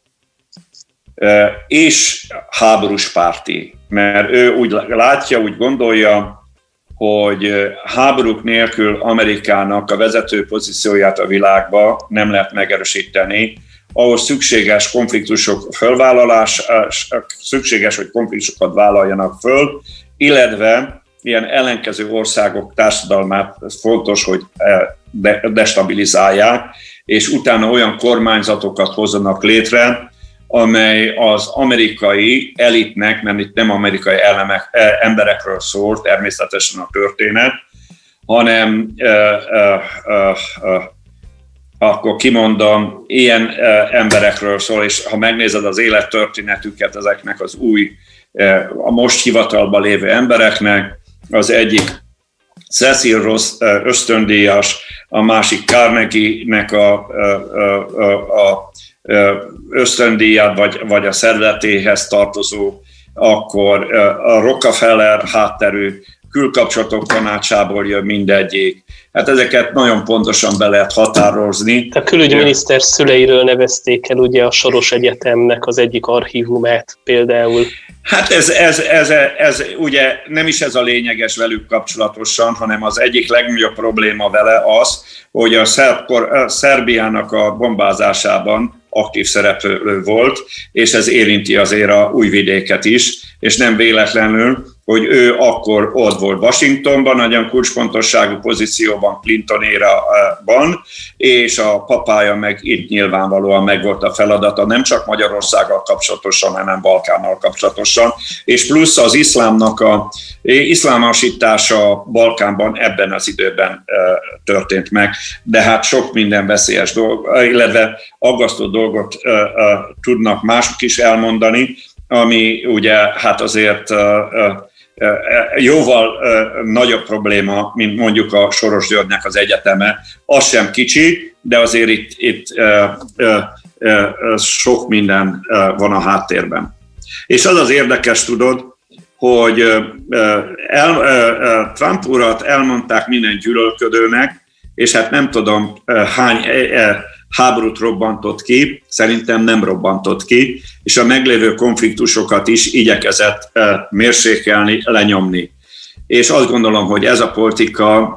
és háborús párti, mert ő úgy látja, úgy gondolja, hogy háborúk nélkül Amerikának a vezető pozícióját a világban nem lehet megerősíteni, ahhoz szükséges konfliktusok fölvállalás, szükséges, hogy konfliktusokat vállaljanak föl, illetve ilyen ellenkező országok társadalmát fontos, hogy destabilizálják, és utána olyan kormányzatokat hozzanak létre, amely az amerikai elitnek, mert itt nem amerikai elemek, emberekről szól természetesen a történet, hanem uh, uh, uh, uh, akkor kimondom, ilyen uh, emberekről szól, és ha megnézed az élettörténetüket ezeknek az új, uh, a most hivatalban lévő embereknek, az egyik Cecil Ross uh, ösztöndíjas, a másik Carnegie-nek a, a, a, a ösztöndíját, vagy, vagy a szervezetéhez tartozó, akkor a Rockefeller hátterű külkapcsolatok tanácsából jön mindegyik. Hát ezeket nagyon pontosan be lehet határozni. A külügyminiszter szüleiről nevezték el ugye a Soros Egyetemnek az egyik archívumát például. Hát ez, ez, ez, ez ugye nem is ez a lényeges velük kapcsolatosan, hanem az egyik legnagyobb probléma vele az, hogy a Szerb, Szerbiának a bombázásában aktív szereplő volt, és ez érinti azért a Újvidéket is, és nem véletlenül, hogy ő akkor ott volt Washingtonban, nagyon kulcsfontosságú pozícióban, Clinton érában, és a papája meg itt nyilvánvalóan megvolt a feladata, nem csak Magyarországgal kapcsolatosan, hanem Balkánnal kapcsolatosan, és plusz az iszlámnak a iszlámosítása Balkánban ebben az időben történt meg, de hát sok minden veszélyes dolog, illetve aggasztó dolgot tudnak mások is elmondani, ami ugye hát azért jóval nagyobb probléma, mint mondjuk a Soros Györgynek az egyeteme. Az sem kicsi, de azért itt, itt sok minden van a háttérben. És az az érdekes, tudod, hogy el, Trump urat elmondták minden gyűlölködőnek, és hát nem tudom hány háborút robbantott ki, szerintem nem robbantott ki, és a meglévő konfliktusokat is igyekezett mérsékelni, lenyomni. És azt gondolom, hogy ez a politika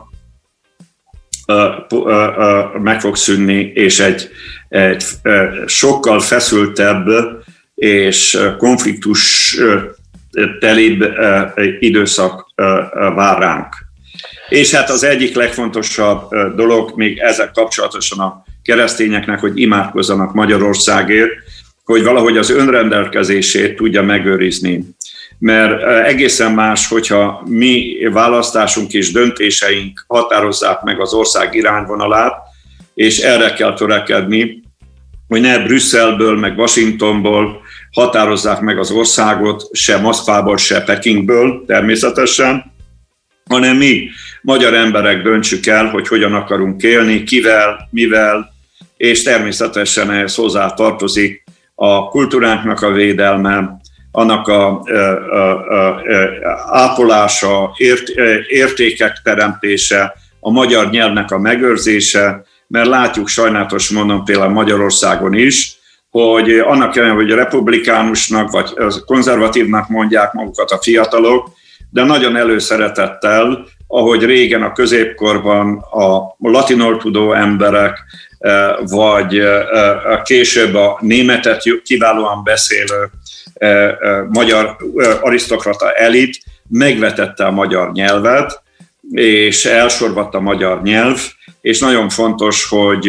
meg fog szűnni, és egy, egy sokkal feszültebb és konfliktus telibb időszak vár ránk. És hát az egyik legfontosabb dolog még ezzel kapcsolatosan a keresztényeknek, hogy imádkozzanak Magyarországért, hogy valahogy az önrendelkezését tudja megőrizni. Mert egészen más, hogyha mi választásunk és döntéseink határozzák meg az ország irányvonalát, és erre kell törekedni, hogy ne Brüsszelből, meg Washingtonból határozzák meg az országot, se Moszkvából, se Pekingből természetesen, hanem mi, magyar emberek döntsük el, hogy hogyan akarunk élni, kivel, mivel, és természetesen ehhez hozzá tartozik a kultúránknak a védelme, annak a, a, a, a ápolása, ért, értékek teremtése, a magyar nyelvnek a megőrzése, mert látjuk sajnálatos mondom például Magyarországon is, hogy annak ellenére, hogy republikánusnak vagy konzervatívnak mondják magukat a fiatalok, de nagyon előszeretettel, ahogy régen a középkorban a latinul tudó emberek, vagy később a németet kiválóan beszélő magyar arisztokrata elit megvetette a magyar nyelvet, és elsorvadt a magyar nyelv, és nagyon fontos, hogy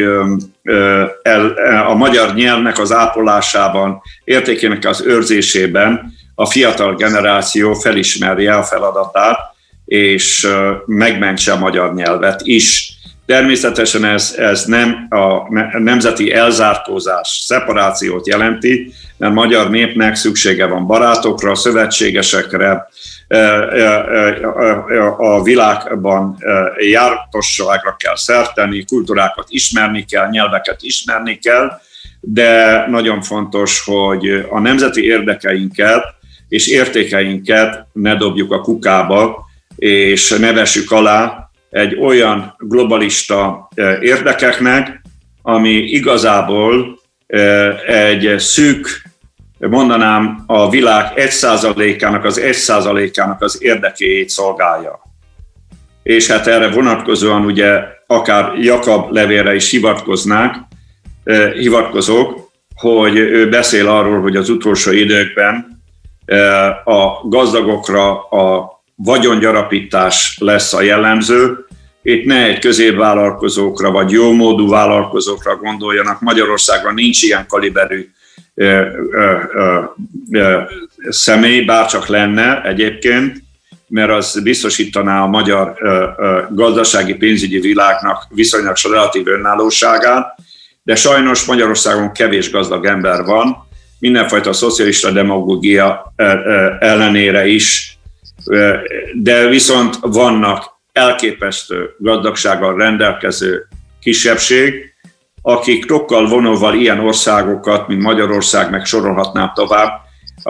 a magyar nyelvnek az ápolásában, értékének az őrzésében a fiatal generáció felismerje a feladatát, és megmentse a magyar nyelvet is. Természetesen ez, ez nem a nemzeti elzárkózás, szeparációt jelenti, mert a magyar népnek szüksége van barátokra, szövetségesekre, a világban jártasságra kell szert tenni, kultúrákat ismerni kell, nyelveket ismerni kell, de nagyon fontos, hogy a nemzeti érdekeinket és értékeinket ne dobjuk a kukába, és ne vessük alá egy olyan globalista érdekeknek, ami igazából egy szűk, mondanám, a világ egy százalékának az egy százalékának az érdekéjét szolgálja. És hát erre vonatkozóan ugye akár Jakab levélre is hivatkoznák, hivatkozok, hogy ő beszél arról, hogy az utolsó időkben a gazdagokra a vagyongyarapítás lesz a jellemző. Itt ne egy középvállalkozókra vagy jómódú vállalkozókra gondoljanak. Magyarországon nincs ilyen kaliberű ö, ö, ö, ö, személy, bárcsak lenne egyébként, mert az biztosítaná a magyar ö, ö, gazdasági pénzügyi világnak viszonylag relatív önállóságát, de sajnos Magyarországon kevés gazdag ember van, mindenfajta szocialista demagógia ellenére is, de viszont vannak elképesztő gazdagsággal rendelkező kisebbség, akik tokkal vonóval ilyen országokat, mint Magyarország, meg sorolhatnám tovább, a,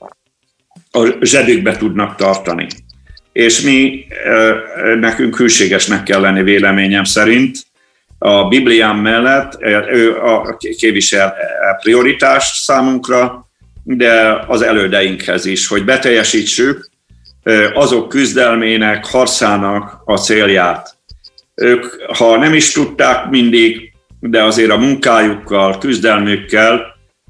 a zsebükbe tudnak tartani. És mi, nekünk hűségesnek kell lenni véleményem szerint. A Biblián mellett ő a képvisel prioritást számunkra, de az elődeinkhez is, hogy beteljesítsük azok küzdelmének, harcának a célját. Ők, ha nem is tudták mindig, de azért a munkájukkal, küzdelmükkel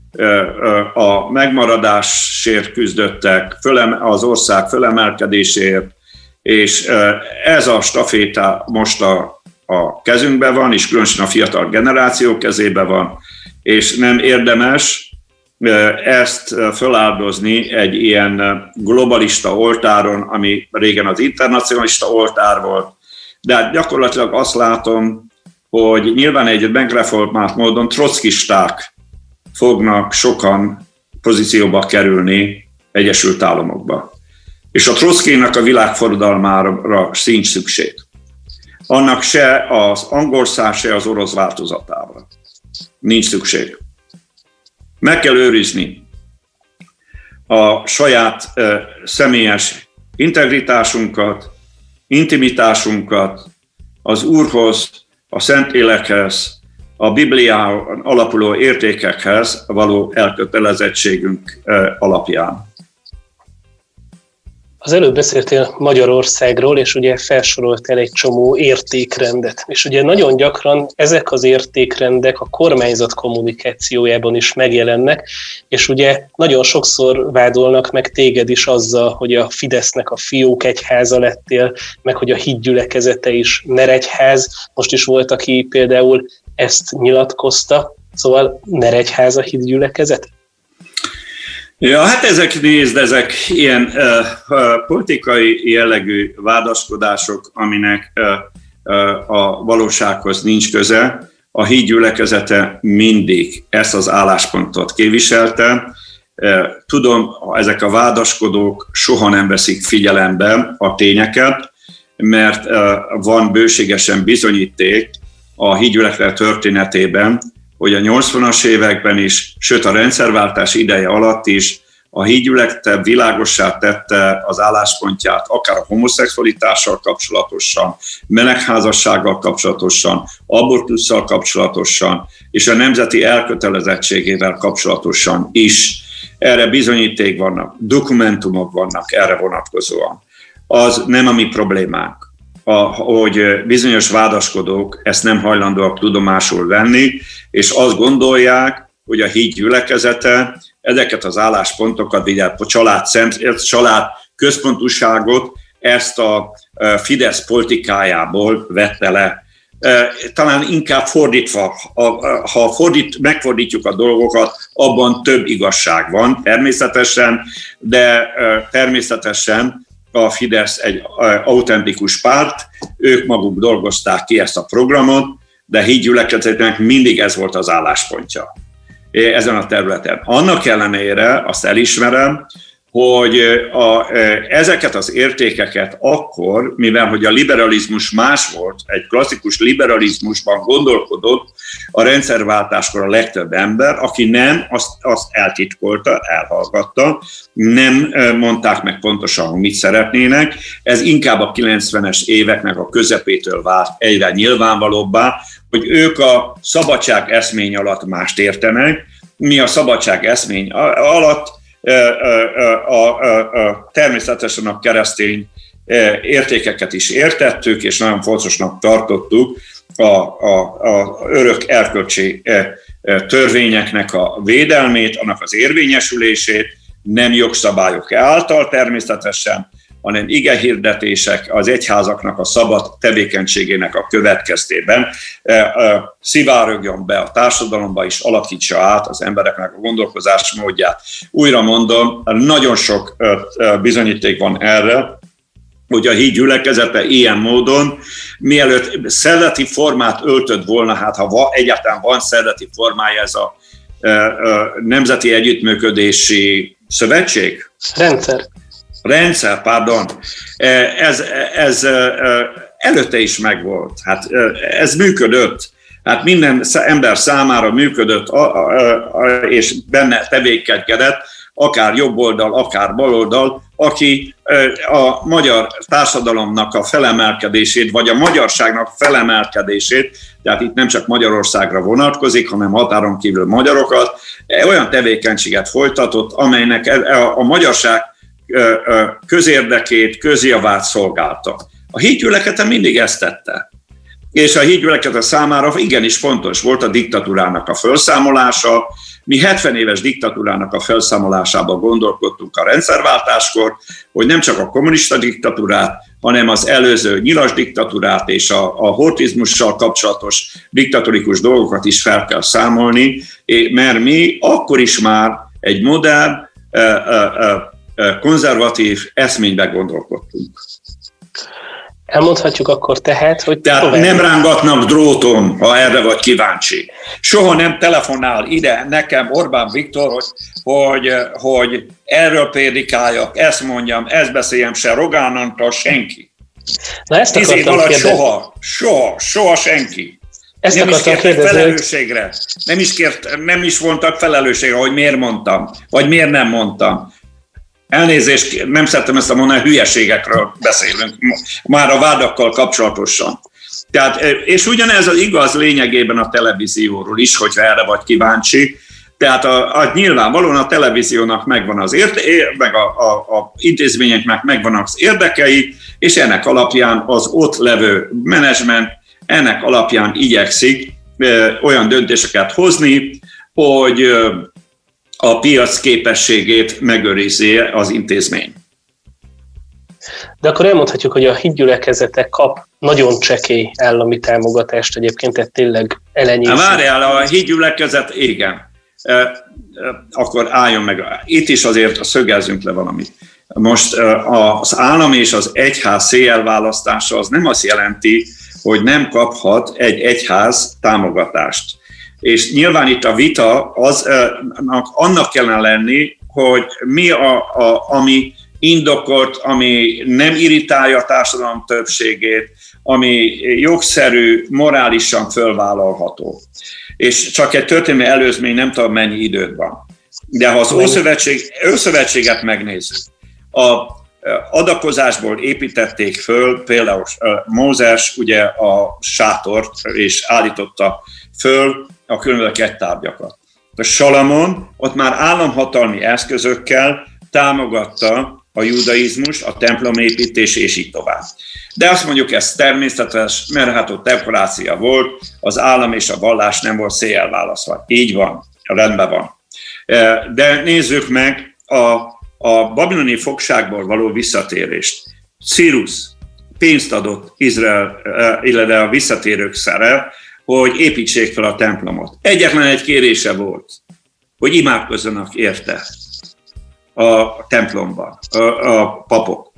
a megmaradásért küzdöttek, az ország fölemelkedésért, és ez a staféta most a, a kezünkben van, és különösen a fiatal generáció kezében van, és nem érdemes ezt feláldozni egy ilyen globalista oltáron, ami régen az internacionalista oltár volt, de hát gyakorlatilag azt látom, hogy nyilván egy megreformált módon trockisták fognak sokan pozícióba kerülni Egyesült Államokba. És a Trockinak a világforradalmára sincs szükség. Annak se az angol száz, se az orosz változatára nincs szükség. Meg kell őrizni a saját uh, személyes integritásunkat, intimitásunkat, az Úrhoz, a Szentlélekhez, a Biblián alapuló értékekhez való elkötelezettségünk uh, alapján. Az előbb beszéltél Magyarországról, és ugye felsoroltál egy csomó értékrendet. És ugye nagyon gyakran ezek az értékrendek a kormányzat kommunikációjában is megjelennek, és ugye nagyon sokszor vádolnak meg téged is azzal, hogy a Fidesznek a fiók egyháza lettél, meg hogy a hídgyülekezete is Neregyház. Most is volt, aki például ezt nyilatkozta, szóval Neregyház a hídgyülekezet? Ja, hát ezek nézd, ezek ilyen uh, uh, politikai jellegű vádaskodások, aminek uh, uh, a valósághoz nincs köze. A hídgyülekezete mindig ezt az álláspontot képviselte. Uh, tudom, ezek a vádaskodók soha nem veszik figyelembe a tényeket, mert van bőségesen bizonyíték a hídgyülekezet történetében, hogy a nyolcvanas években is, sőt a rendszerváltás ideje alatt is a hídgyülekezet világossá tette az álláspontját, akár a homoszexualitással kapcsolatosan, melegházassággal kapcsolatosan, abortusszal kapcsolatosan, és a nemzeti elkötelezettségével kapcsolatosan is. Erre bizonyíték vannak, dokumentumok vannak erre vonatkozóan. Az nem a mi problémánk, a, hogy bizonyos vádaskodók ezt nem hajlandóak tudomásul venni, és azt gondolják, hogy a híd gyülekezete ezeket az álláspontokat, a család, család központúságot ezt a Fidesz politikájából vette le. Talán inkább fordítva, ha fordít, megfordítjuk a dolgokat, abban több igazság van természetesen, de természetesen a Fidesz egy autentikus párt, ők maguk dolgozták ki ezt a programot, de hídgyülekezetnek mindig ez volt az álláspontja ezen a területen. Annak ellenére azt elismerem, hogy a, ezeket az értékeket akkor, mivel hogy a liberalizmus más volt, egy klasszikus liberalizmusban gondolkodott a rendszerváltáskor a legtöbb ember, aki nem, azt, azt eltitkolta, elhallgatta, nem mondták meg pontosan, hogy mit szeretnének. Ez inkább a kilencvenes éveknek a közepétől vált egyre nyilvánvalóbbá, hogy ők a szabadság eszmény alatt mást értenek. Mi a szabadság eszmény alatt A, a, a, a, természetesen a keresztény értékeket is értettük, és nagyon fontosnak tartottuk a, a, a örök erkölcsi törvényeknek a védelmét, annak az érvényesülését, nem jogszabályok által természetesen, hanem igehirdetések az egyházaknak a szabad tevékenységének a következtében szivárogjon be a társadalomba és alakítsa át az embereknek a gondolkozás módját. Újra mondom, nagyon sok bizonyíték van erre, hogy a híd gyülekezete ilyen módon, mielőtt szelleti formát öltött volna, hát ha va, egyáltalán van szelleti formája ez a, a Nemzeti Együttműködési Szövetség? Rendszer. Rendszer, pardon. Ez, ez előtte is megvolt. Hát ez működött. Hát minden ember számára működött, és benne tevékenykedett, akár jobb oldal, akár bal oldal, aki a magyar társadalomnak a felemelkedését, vagy a magyarságnak felemelkedését, tehát itt nem csak Magyarországra vonatkozik, hanem határon kívül magyarokat, olyan tevékenységet folytatott, amelynek a magyarság közérdekét, közjavát szolgálta. A hídgyülekezete mindig ezt tette. És a hídgyülekezete számára igenis fontos volt a diktatúrának a felszámolása. Mi hetven éves diktatúrának a felszámolásában gondolkodtunk a rendszerváltáskor, hogy nem csak a kommunista diktatúrát, hanem az előző nyilas diktatúrát és a, a hortizmussal kapcsolatos diktatórikus dolgokat is fel kell számolni, mert mi akkor is már egy modern, konzervatív eszménybe gondolkodtunk. Elmondhatjuk akkor tehát, hogy... Tehát tovább. Nem rángatnak dróton, ha erre vagy kíváncsi. Soha nem telefonál ide nekem Orbán Viktor, hogy, hogy, hogy erről prédikáljak, ezt mondjam, ezt beszéljem, se Rogán Antal, senki. Na ezt Tíz év alatt soha, soha, soha senki. Ezt nem is kértek kérdezni, felelősségre. Nem is, kért, nem is vontak felelősségre, hogy miért mondtam, vagy miért nem mondtam. Elnézést, nem szeretem ezt a mondani, hülyeségekről beszélünk, már a vádakkal kapcsolatosan. Tehát, és ugyanez az igaz lényegében a televízióról is, hogyha erre vagy kíváncsi. Tehát a, a, nyilvánvalóan a televíziónak megvan az érte, meg a, a, a intézményeknek megvan az érdekei, és ennek alapján az ott levő menedzsment ennek alapján igyekszik ö, olyan döntéseket hozni, hogy ö, a piac képességét megőrizi az intézmény. De akkor elmondhatjuk, hogy a hídgyülekezete kap nagyon csekély állami támogatást egyébként, tehát tényleg elenyésző. Várjál, a hídgyülekezet, igen. Akkor álljon meg. Itt is azért szögezzünk le valamit. Most az állam és az egyház szélyelválasztása az nem azt jelenti, hogy nem kaphat egy egyház támogatást. És nyilván itt a vita az, annak kellene lenni, hogy mi a, a, ami indokolt, ami nem irritálja a társadalom többségét, ami jogszerű, morálisan fölvállalható. És csak egy történelmi előzmény, nem tudom mennyi időt van. De ha az Ószövetség, Ószövetséget megnézzük, a adakozásból építették föl, például Mózes ugye a sátort, és állította föl a különböző kettárgyakat. A Salamon ott már államhatalmi eszközökkel támogatta a judaizmus, a templomépítés és így tovább. De azt mondjuk, ez természetes, mert hát ott dekoráció volt, az állam és a vallás nem volt széjjelválasztva. Így van, rendben van. De nézzük meg a, a babiloni fogságból való visszatérést. Círus pénzt adott Izrael, illetve a visszatérők szere, hogy építsék fel a templomot. Egyetlen egy kérése volt, hogy imádkozzanak érte a templomban, a, a papok.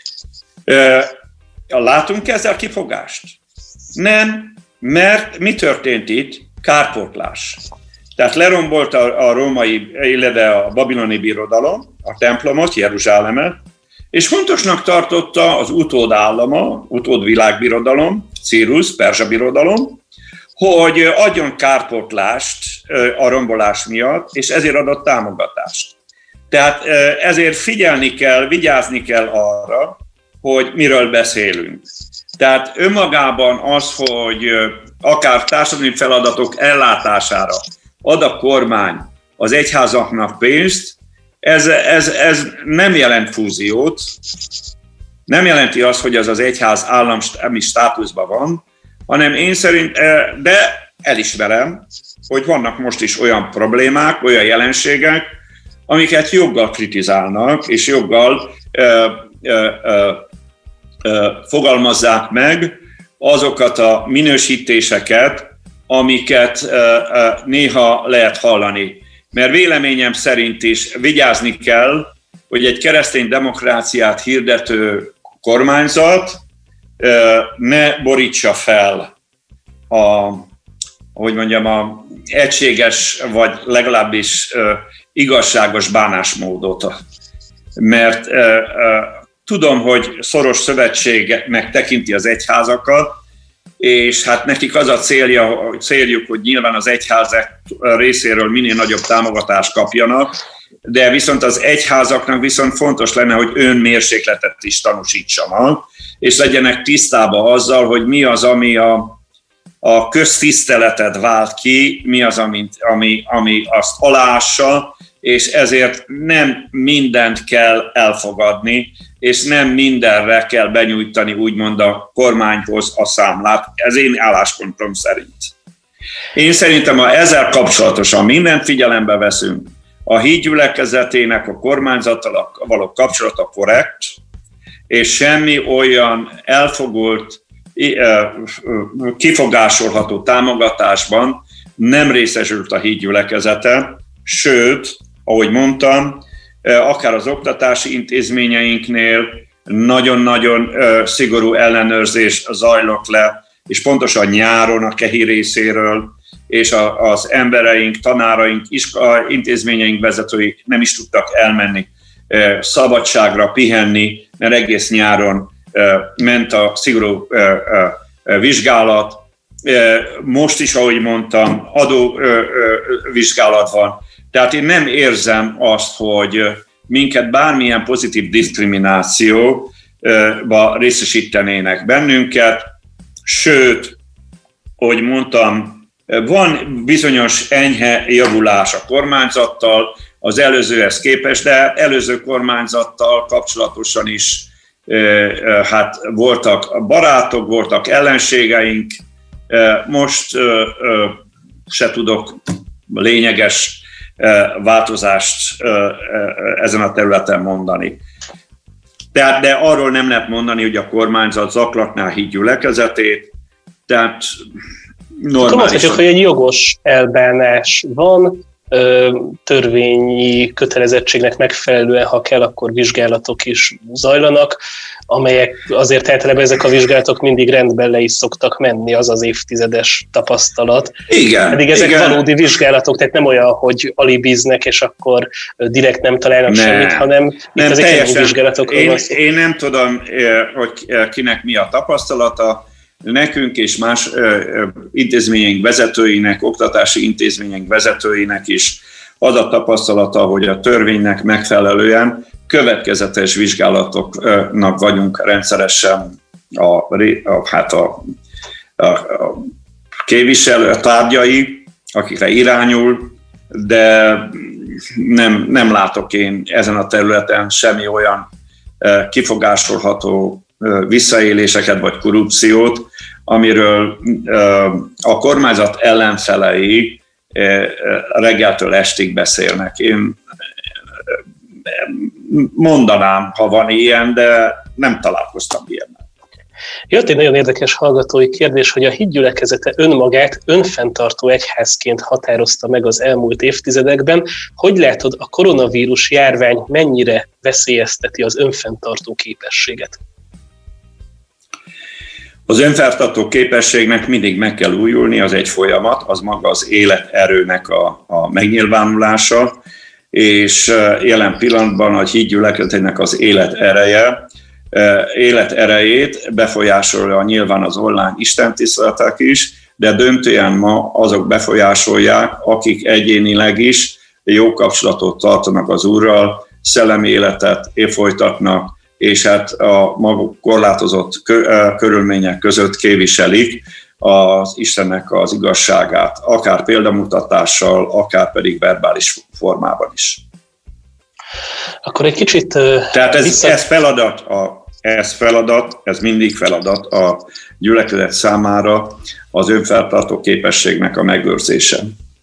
Látunk ezzel kifogást? Nem, mert mi történt itt? Kárpótlás. Tehát lerombolt a, a római, illetve a babiloni birodalom, a templomot, Jeruzsálemet, és fontosnak tartotta az utódállama, utódvilágbirodalom, Círus, perzsa birodalom, hogy adjon kárpótlást a rombolás miatt, és ezért adott támogatást. Tehát ezért figyelni kell, vigyázni kell arra, hogy miről beszélünk. Tehát önmagában az, hogy akár társadalmi feladatok ellátására ad a kormány az egyházaknak pénzt, ez, ez, ez nem jelent fúziót, nem jelenti azt, hogy az az egyház állami státuszban van, hanem én szerint, de elismerem, hogy vannak most is olyan problémák, olyan jelenségek, amiket joggal kritizálnak, és joggal ö, ö, ö, ö, fogalmazzák meg azokat a minősítéseket, amiket ö, ö, néha lehet hallani. Mert véleményem szerint is vigyázni kell, hogy egy keresztény demokráciát hirdető kormányzat ö, ne borítsa fel a, hogy mondjam, a egységes, vagy legalábbis ö, igazságos bánásmódot. Mert uh, uh, tudom, hogy szoros szövetségnek tekinti az egyházakat, és hát nekik az a célja, céljuk, hogy nyilván az egyházak részéről minél nagyobb támogatást kapjanak, de viszont az egyházaknak viszont fontos lenne, hogy önmérsékletet is tanúsítsanak, és legyenek tisztában azzal, hogy mi az, ami a a köztiszteletet vált ki, mi az, ami, ami, ami azt alássa, és ezért nem mindent kell elfogadni, és nem mindenre kell benyújtani úgymond a kormányhoz a számlát. Ez én álláspontom szerint. Én szerintem, ha ezzel kapcsolatosan mindent figyelembe veszünk, a hídgyülekezetének a kormányzattal való kapcsolata korrekt, és semmi olyan elfogult, kifogásolható támogatásban nem részesült a hídgyülekezete, sőt, ahogy mondtam, akár az oktatási intézményeinknél nagyon-nagyon szigorú ellenőrzés zajlott le, és pontosan nyáron a KEHI részéről, és az embereink, tanáraink, intézményeink vezetőik nem is tudtak elmenni szabadságra, pihenni, mert egész nyáron ment a szigorú vizsgálat. Most is, ahogy mondtam, adóvizsgálat van. Tehát én nem érzem azt, hogy minket bármilyen pozitív diszkriminációba részesítenének bennünket, sőt, ahogy mondtam, van bizonyos enyhe javulás a kormányzattal, az előzőhez képest, de előző kormányzattal kapcsolatosan is hát voltak barátok, voltak ellenségeink, most se tudok lényeges változást ezen a területen mondani. Tehát, de arról nem lehet mondani, hogy a kormányzat zaklatná a hídgyülekezetét, tehát normálisan. Tudom, hogy egy jogos elbánás van, törvényi kötelezettségnek megfelelően, ha kell, akkor vizsgálatok is zajlanak, amelyek azért általában ezek a vizsgálatok mindig rendben le is szoktak menni, az az évtizedes tapasztalat. Igen. Pedig ezek igen. valódi vizsgálatok, tehát nem olyan, hogy alibiznek, és akkor direkt nem találnak ne, semmit, hanem itt nem, ezek kemény vizsgálatokról én, van szó. Én nem tudom, hogy kinek mi a tapasztalata. Nekünk és más intézmények vezetőinek, oktatási intézmények vezetőinek is az a tapasztalata, hogy a törvénynek megfelelően következetes vizsgálatoknak vagyunk rendszeresen a, a, hát a, a, a képviselő tárgyai, akikre irányul, de nem, nem látok én ezen a területen semmi olyan kifogásolható visszaéléseket vagy korrupciót, amiről a kormányzat ellenfelei reggeltől estig beszélnek. Én mondanám, ha van ilyen, de nem találkoztam ilyennel. Jött egy nagyon érdekes hallgatói kérdés, hogy a hídgyülekezete önmagát önfenntartó egyházként határozta meg az elmúlt évtizedekben. Hogy látod, a koronavírus járvány mennyire veszélyezteti az önfenntartó képességet? Az önfenntartó képességnek mindig meg kell újulni, az egy folyamat, az maga az életerőnek a, a megnyilvánulása, és jelen pillanatban a hídgyülekezetnek az életereje, életerejét befolyásolja nyilván az online istentiszteletek is, de döntően ma azok befolyásolják, akik egyénileg is jó kapcsolatot tartanak az Úrral, szellemi életet folytatnak, és hát a maguk korlátozott körülmények között képviselik az Istennek az igazságát, akár példamutatással, akár pedig verbális formában is. Akkor egy kicsit... Tehát ez, vissza... ez, feladat, a, ez feladat, ez mindig feladat a gyülekezet számára az önfenntartó képességnek a megőrzése.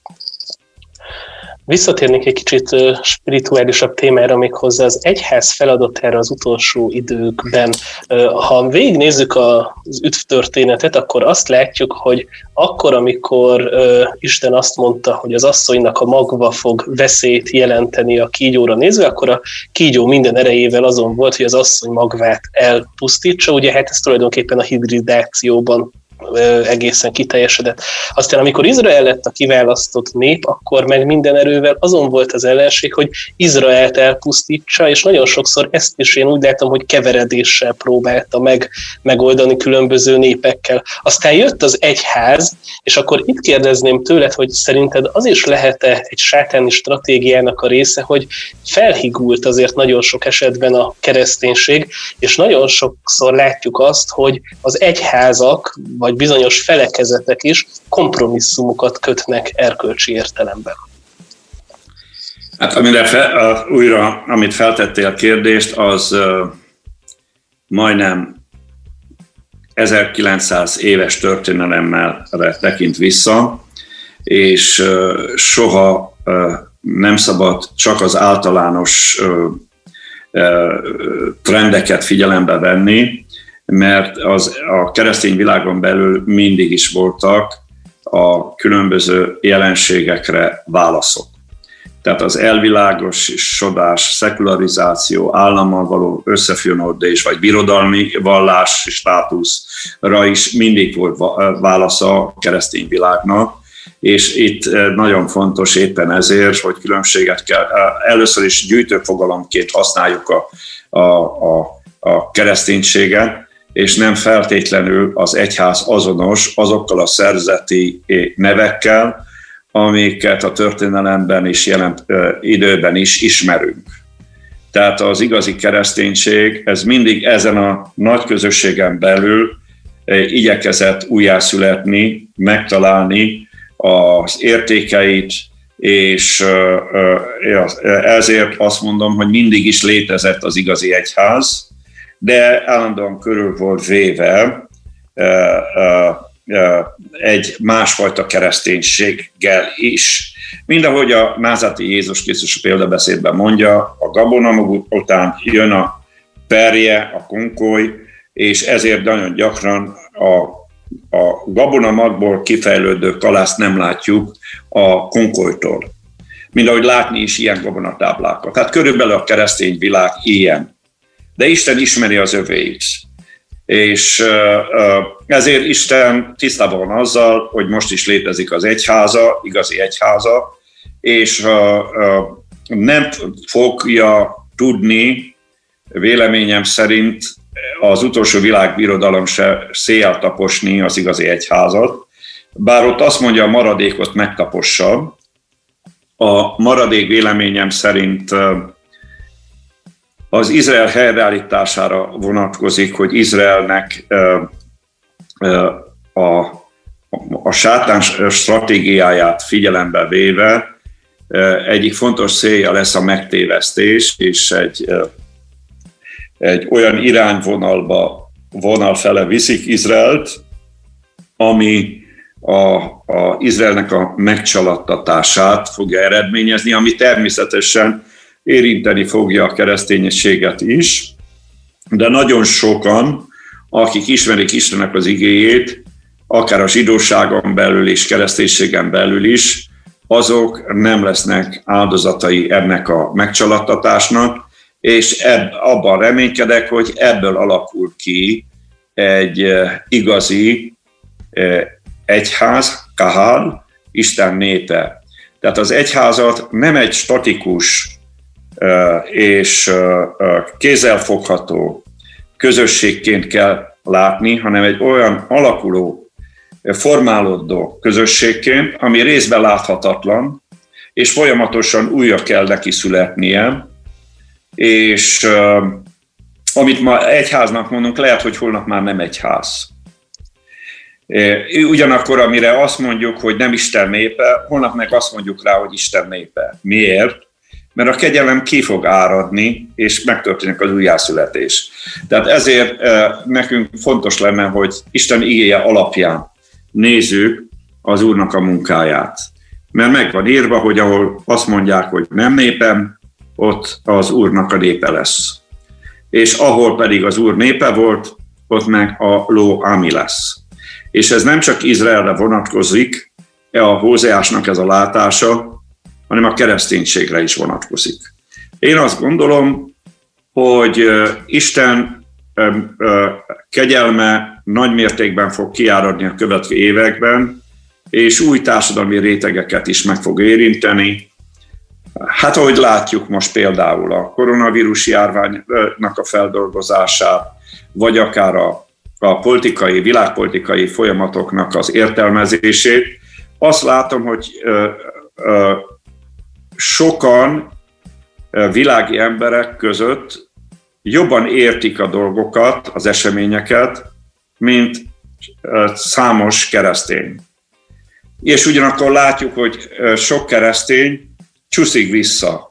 Visszatérnék egy kicsit spirituálisabb témára, méghozzá az egyház feladatára az utolsó időkben. Ha végignézzük az üdvtörténetet, akkor azt látjuk, hogy akkor, amikor Isten azt mondta, hogy az asszonynak a magva fog veszélyt jelenteni a kígyóra nézve, akkor a kígyó minden erejével azon volt, hogy az asszony magvát elpusztítsa. Ugye hát ez tulajdonképpen a hibridációban egészen kiteljesedett. Aztán amikor Izrael lett a kiválasztott nép, akkor meg minden erővel azon volt az ellenség, hogy Izraelt elpusztítsa, és nagyon sokszor ezt is én úgy látom, hogy keveredéssel próbálta meg megoldani különböző népekkel. Aztán jött az egyház, és akkor itt kérdezném tőled, hogy szerinted az is lehet-e egy sátáni stratégiának a része, hogy felhigult azért nagyon sok esetben a kereszténység, és nagyon sokszor látjuk azt, hogy az egyházak, vagy bizonyos felekezetek is kompromisszumokat kötnek erkölcsi értelemben. Hát amire fe, újra, amit feltettél kérdést, az uh, majdnem ezerkilencszáz éves történelemmel tekint vissza, és uh, soha uh, nem szabad csak az általános uh, uh, trendeket figyelembe venni, mert az, a keresztény világon belül mindig is voltak a különböző jelenségekre válaszok. Tehát az elvilágosodás, szekularizáció, állammal való összefonódás, vagy birodalmi vallás státuszra is mindig volt válasza a keresztény világnak, és itt nagyon fontos éppen ezért, hogy különbséget kell, először is gyűjtőfogalomként használjuk a, a, a, a kereszténységet, és nem feltétlenül az egyház azonos azokkal a szerzeti nevekkel, amiket a történelemben is jelent időben is ismerünk. Tehát az igazi kereszténység, ez mindig ezen a nagy közösségen belül igyekezett újjászületni, megtalálni az értékeit, és ezért azt mondom, hogy mindig is létezett az igazi egyház, de állandóan körül volt véve egy másfajta kereszténységgel is. Mind ahogy a názáreti Jézus Krisztus példabeszédben mondja, a gabonamag után jön a perje, a konkoly, és ezért nagyon gyakran a, a gabonamagból kifejlődő kalászt nem látjuk a konkolytól. mint ahogy látni is ilyen gabonatáblákat. Tehát körülbelül a keresztény világ ilyen. De Isten ismeri az övéit. És ezért Isten tisztában van azzal, hogy most is létezik az egyháza, igazi egyháza, és nem fogja tudni, véleményem szerint, az utolsó világbirodalom se széjjel taposni az igazi egyházat, bár ott azt mondja, a maradékot megtapossa. A maradék véleményem szerint az Izrael helyreállítására vonatkozik, hogy Izraelnek a, a sátán stratégiáját figyelembe véve egyik fontos célja lesz a megtévesztés, és egy, egy olyan irányvonalba vonal fele viszik Izraelt, ami a, a Izraelnek a megcsalattatását fogja eredményezni, ami természetesen érinteni fogja a kereszténységet is, de nagyon sokan, akik ismerik Istennek az igéjét, akár a zsidóságon belül és kereszténységen belül is, azok nem lesznek áldozatai ennek a megcsalattatásnak, és ebb, abban reménykedek, hogy ebből alakul ki egy igazi egyház, kahal, Isten népe. Tehát az egyházat nem egy statikus és kézzelfogható közösségként kell látni, hanem egy olyan alakuló, formálódó közösségként, ami részben láthatatlan, és folyamatosan újra kell neki születnie, és amit ma egyháznak mondunk, lehet, hogy holnap már nem egyház. Ugyanakkor, amire azt mondjuk, hogy nem Isten népe, holnap meg azt mondjuk rá, hogy Isten népe. Miért? Mert a kegyelem ki fog áradni, és megtörténik az újjászületés. Tehát ezért nekünk fontos lenne, hogy Isten igéje alapján nézzük az Úrnak a munkáját. Mert meg van írva, hogy ahol azt mondják, hogy nem népem, ott az Úrnak a népe lesz. És ahol pedig az Úr népe volt, ott meg a ló ámi lesz. És ez nem csak Izraelre vonatkozik, a Hózeásnak ez a látása, hanem a kereszténységre is vonatkozik. Én azt gondolom, hogy Isten kegyelme nagy mértékben fog kiáradni a következő években, és új társadalmi rétegeket is meg fog érinteni. Hát ahogy látjuk most például a koronavírus járványnak a feldolgozását, vagy akár a, a politikai, világpolitikai folyamatoknak az értelmezését, azt látom, hogy ö, ö, sokan világi emberek között jobban értik a dolgokat, az eseményeket, mint számos keresztény. És ugyanakkor látjuk, hogy sok keresztény csúszik vissza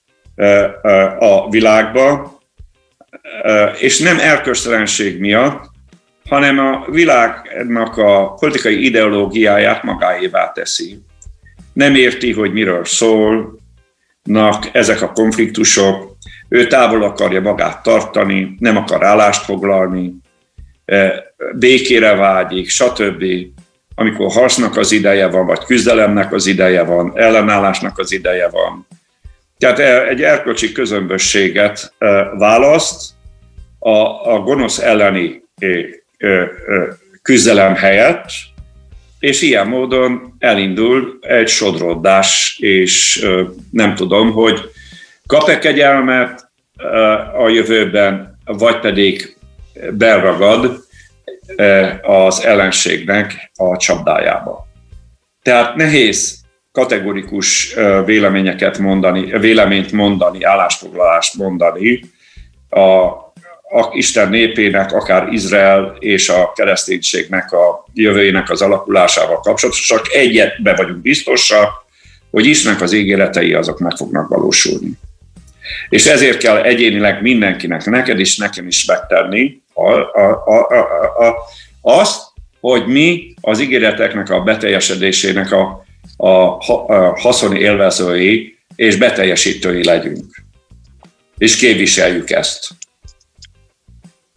a világba, és nem erkölcstelenség miatt, hanem a világnak a politikai ideológiáját magáévá teszi. Nem érti, hogy miről szólnak ezek a konfliktusok, ő távol akarja magát tartani, nem akar állást foglalni, békére vágyik, stb. Amikor harcnak az ideje van, vagy küzdelemnek az ideje van, ellenállásnak az ideje van. Tehát egy erkölcsi közömbösséget választ a, a gonosz elleni küzdelem helyett, és ilyen módon elindul egy sodródás, és nem tudom, hogy kap-e kegyelmet a jövőben, vagy pedig belragad az ellenségnek a csapdájába. Tehát nehéz kategorikus véleményeket mondani, véleményt mondani, állásfoglalást mondani a, a Isten népének, akár Izrael és a kereszténységnek a jövőjének az alakulásával kapcsolatos. Csak egyetbe vagyunk biztosak, hogy Istennek az ígéretei azok meg fognak valósulni. És ezért kell egyénileg mindenkinek, neked is, nekem is megtenni a, a, a, a, a, azt, hogy mi az ígéreteknek a beteljesedésének a, a, a haszoni élvezői és beteljesítői legyünk. És képviseljük ezt.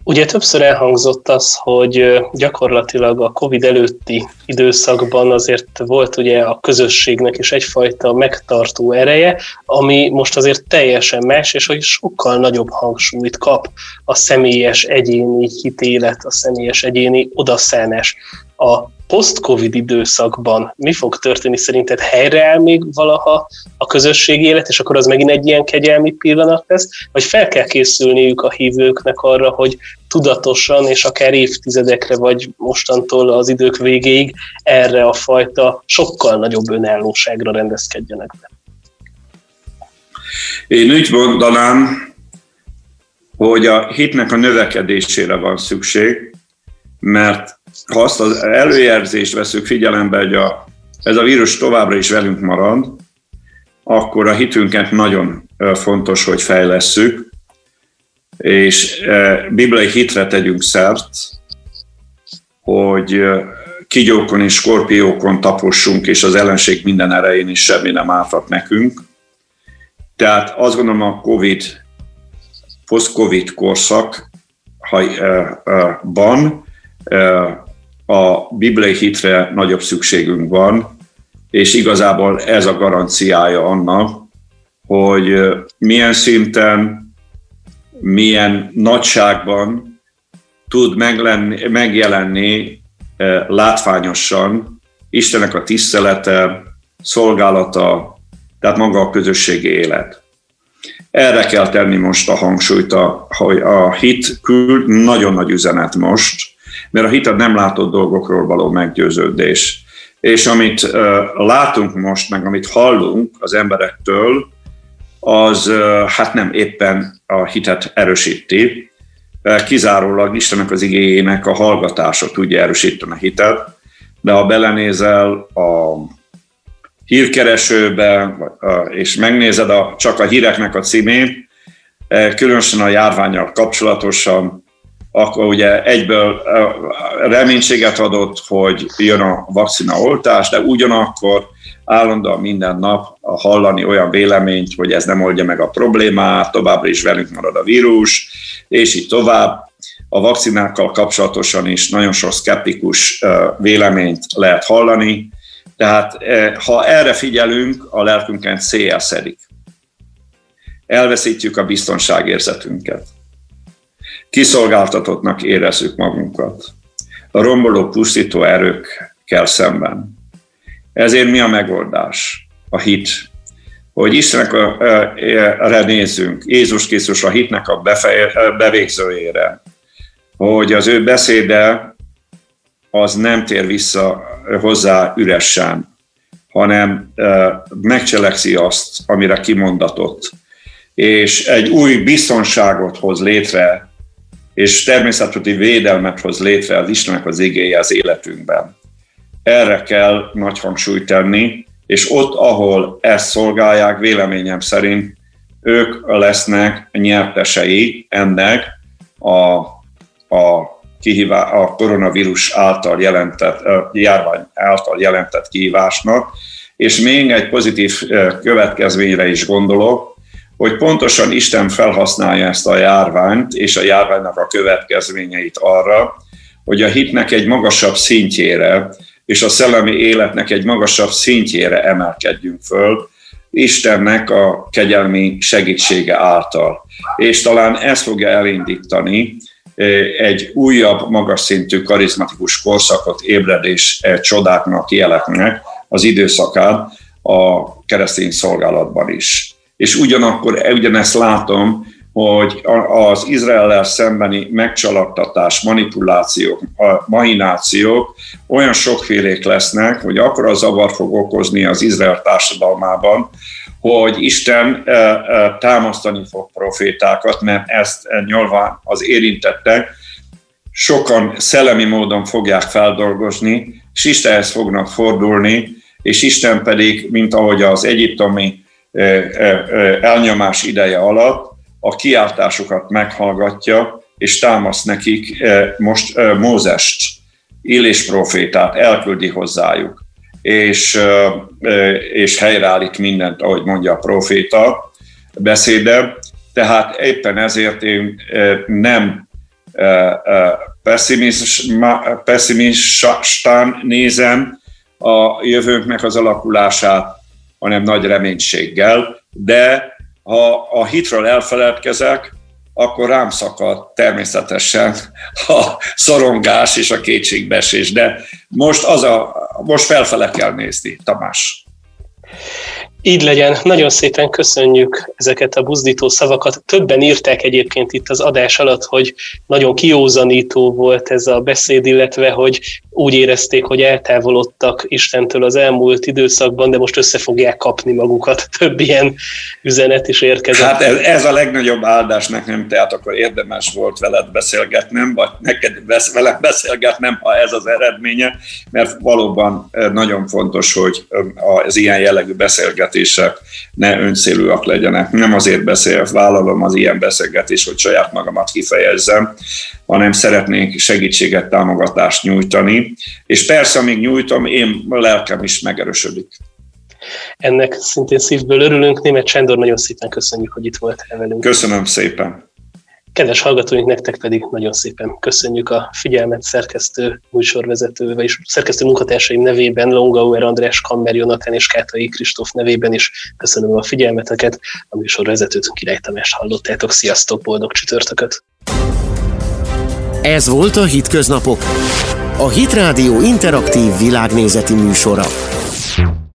Ugye többször elhangzott az, hogy gyakorlatilag a Covid előtti időszakban azért volt ugye a közösségnek is egyfajta megtartó ereje, ami most azért teljesen más, és hogy sokkal nagyobb hangsúlyt kap a személyes egyéni hitélet, a személyes egyéni odaszánás. A post-Covid időszakban mi fog történni szerinted? Helyreáll még valaha a közösségi élet, és akkor az megint egy ilyen kegyelmi pillanat lesz? Vagy fel kell készülniük a hívőknek arra, hogy tudatosan, és akár évtizedekre, vagy mostantól az idők végéig erre a fajta sokkal nagyobb önállóságra rendezkedjenek be? Én úgy mondanám, hogy a hitnek a növekedésére van szükség, mert ha azt az előjelzést veszük figyelembe, hogy a, ez a vírus továbbra is velünk marad, akkor a hitünket nagyon fontos, hogy fejlesszük, és bibliai hitre tegyünk szert, hogy kígyókon és skorpiókon tapossunk, és az ellenség minden erején is semmi nem árthat nekünk. Tehát azt gondolom, a Covid, post-Covid korszakban a bibliai hitre nagyobb szükségünk van, és igazából ez a garanciája annak, hogy milyen szinten, milyen nagyságban tud meglenni, megjelenni látványosan Istennek a tisztelete, szolgálata, tehát maga a közösségi élet. Erre kell tenni most a hangsúlyt, hogy a hit küld nagyon nagy üzenet most, mert a hit a nem látott dolgokról való meggyőződés. És amit uh, látunk most, meg amit hallunk az emberektől, az uh, hát nem éppen a hitet erősíti. Uh, kizárólag Istennek az igéjének a hallgatása tudja erősíteni a hitet, de ha belenézel a hírkeresőbe, uh, és megnézed a, csak a híreknek a címét, uh, különösen a járvánnyal kapcsolatosan, akkor ugye egyből reménységet adott, hogy jön a vakcinaoltás, de ugyanakkor állandóan minden nap hallani olyan véleményt, hogy ez nem oldja meg a problémát, továbbra is velünk marad a vírus, és így tovább. A vakcinákkal kapcsolatosan is nagyon sok szkeptikus véleményt lehet hallani, tehát ha erre figyelünk, a lelkünket széjjel szedik. Elveszítjük a biztonságérzetünket. Kiszolgáltatottnak érezzük magunkat a romboló, pusztító erőkkel szemben. Ezért mi a megoldás? A hit. Hogy Istenre nézzünk, Jézus Krisztus a hitnek a bevégzőjére, hogy az ő beszéde az nem tér vissza hozzá üresen, hanem megcselekszi azt, amire kimondatott, és egy új biztonságot hoz létre, és természeti védelmet hoz létre az Istennek az igéje az életünkben. Erre kell nagy hangsúlyt tenni, és ott, ahol ezt szolgálják, véleményem szerint ők lesznek nyertesei ennek a, a, kihívá, a koronavírus által jelentett, a járvány által jelentett kihívásnak, és még egy pozitív következményre is gondolok, hogy pontosan Isten felhasználja ezt a járványt és a járványnak a következményeit arra, hogy a hitnek egy magasabb szintjére és a szellemi életnek egy magasabb szintjére emelkedjünk föl Istennek a kegyelmi segítsége által. És talán ez fogja elindítani egy újabb, magas szintű, karizmatikus korszakot, ébredés csodáknak, jeleknek az időszakán a keresztény szolgálatban is. És ugyanakkor ugyanezt látom, hogy az Izraellel szembeni megcsalaktatás, manipulációk, mahinációk olyan sokfélék lesznek, hogy akkora zavar fog okozni az Izrael társadalmában, hogy Isten támasztani fog profétákat, mert ezt nyilván az érintettek sokan szellemi módon fogják feldolgozni, és Istenhez fognak fordulni, és Isten pedig, mint ahogy az egyiptomi elnyomás ideje alatt a kiáltásokat meghallgatja, és támaszt nekik most Mózest, Illés profétát elküldi hozzájuk, és, és helyreállít mindent, ahogy mondja a proféta beszéde. Tehát éppen ezért én nem pessimistán nézem a jövőnknek az alakulását, hanem nagy reménységgel, de ha a hitről elfeledkezek, akkor rám szakad természetesen a szorongás és a kétségbeesés. De most, az a, most felfele kell nézni, Tamás. Így legyen. Nagyon szépen köszönjük ezeket a buzdító szavakat. Többen írták egyébként itt az adás alatt, hogy nagyon kiózanító volt ez a beszéd, illetve hogy úgy érezték, hogy eltávolodtak Istentől az elmúlt időszakban, de most össze fogják kapni magukat. Több ilyen üzenet is érkezett. Hát ez, ez a legnagyobb áldás nekem, tehát akkor érdemes volt veled beszélgetnem, vagy neked besz, velem beszélgetnem, ha ez az eredménye, mert valóban nagyon fontos, hogy az ilyen jellegű beszélgetések ne öncélúak legyenek. Nem azért beszél, vállalom az ilyen beszélgetést, hogy saját magamat kifejezzem, hanem szeretnék segítséget, támogatást nyújtani, és persze, amíg nyújtom, én a lelkem is megerősödik. Ennek szintén szívből örülünk. Németh Sándor, nagyon szépen köszönjük, hogy itt voltál velünk. Köszönöm szépen. Kedves hallgatóink, nektek pedig nagyon szépen köszönjük a figyelmet szerkesztő, műsorvezető, vagyis szerkesztő munkatársaim nevében, Longauer András, Kammer Jonatán és Kátai Kristóf nevében is köszönöm a figyelmeteket. A műsorvezetőt, Király Tamást hallottátok. Sziasztok, boldog csütörtököt! Ez volt a Hitköznapok, a Hit Rádió interaktív világnézeti műsora.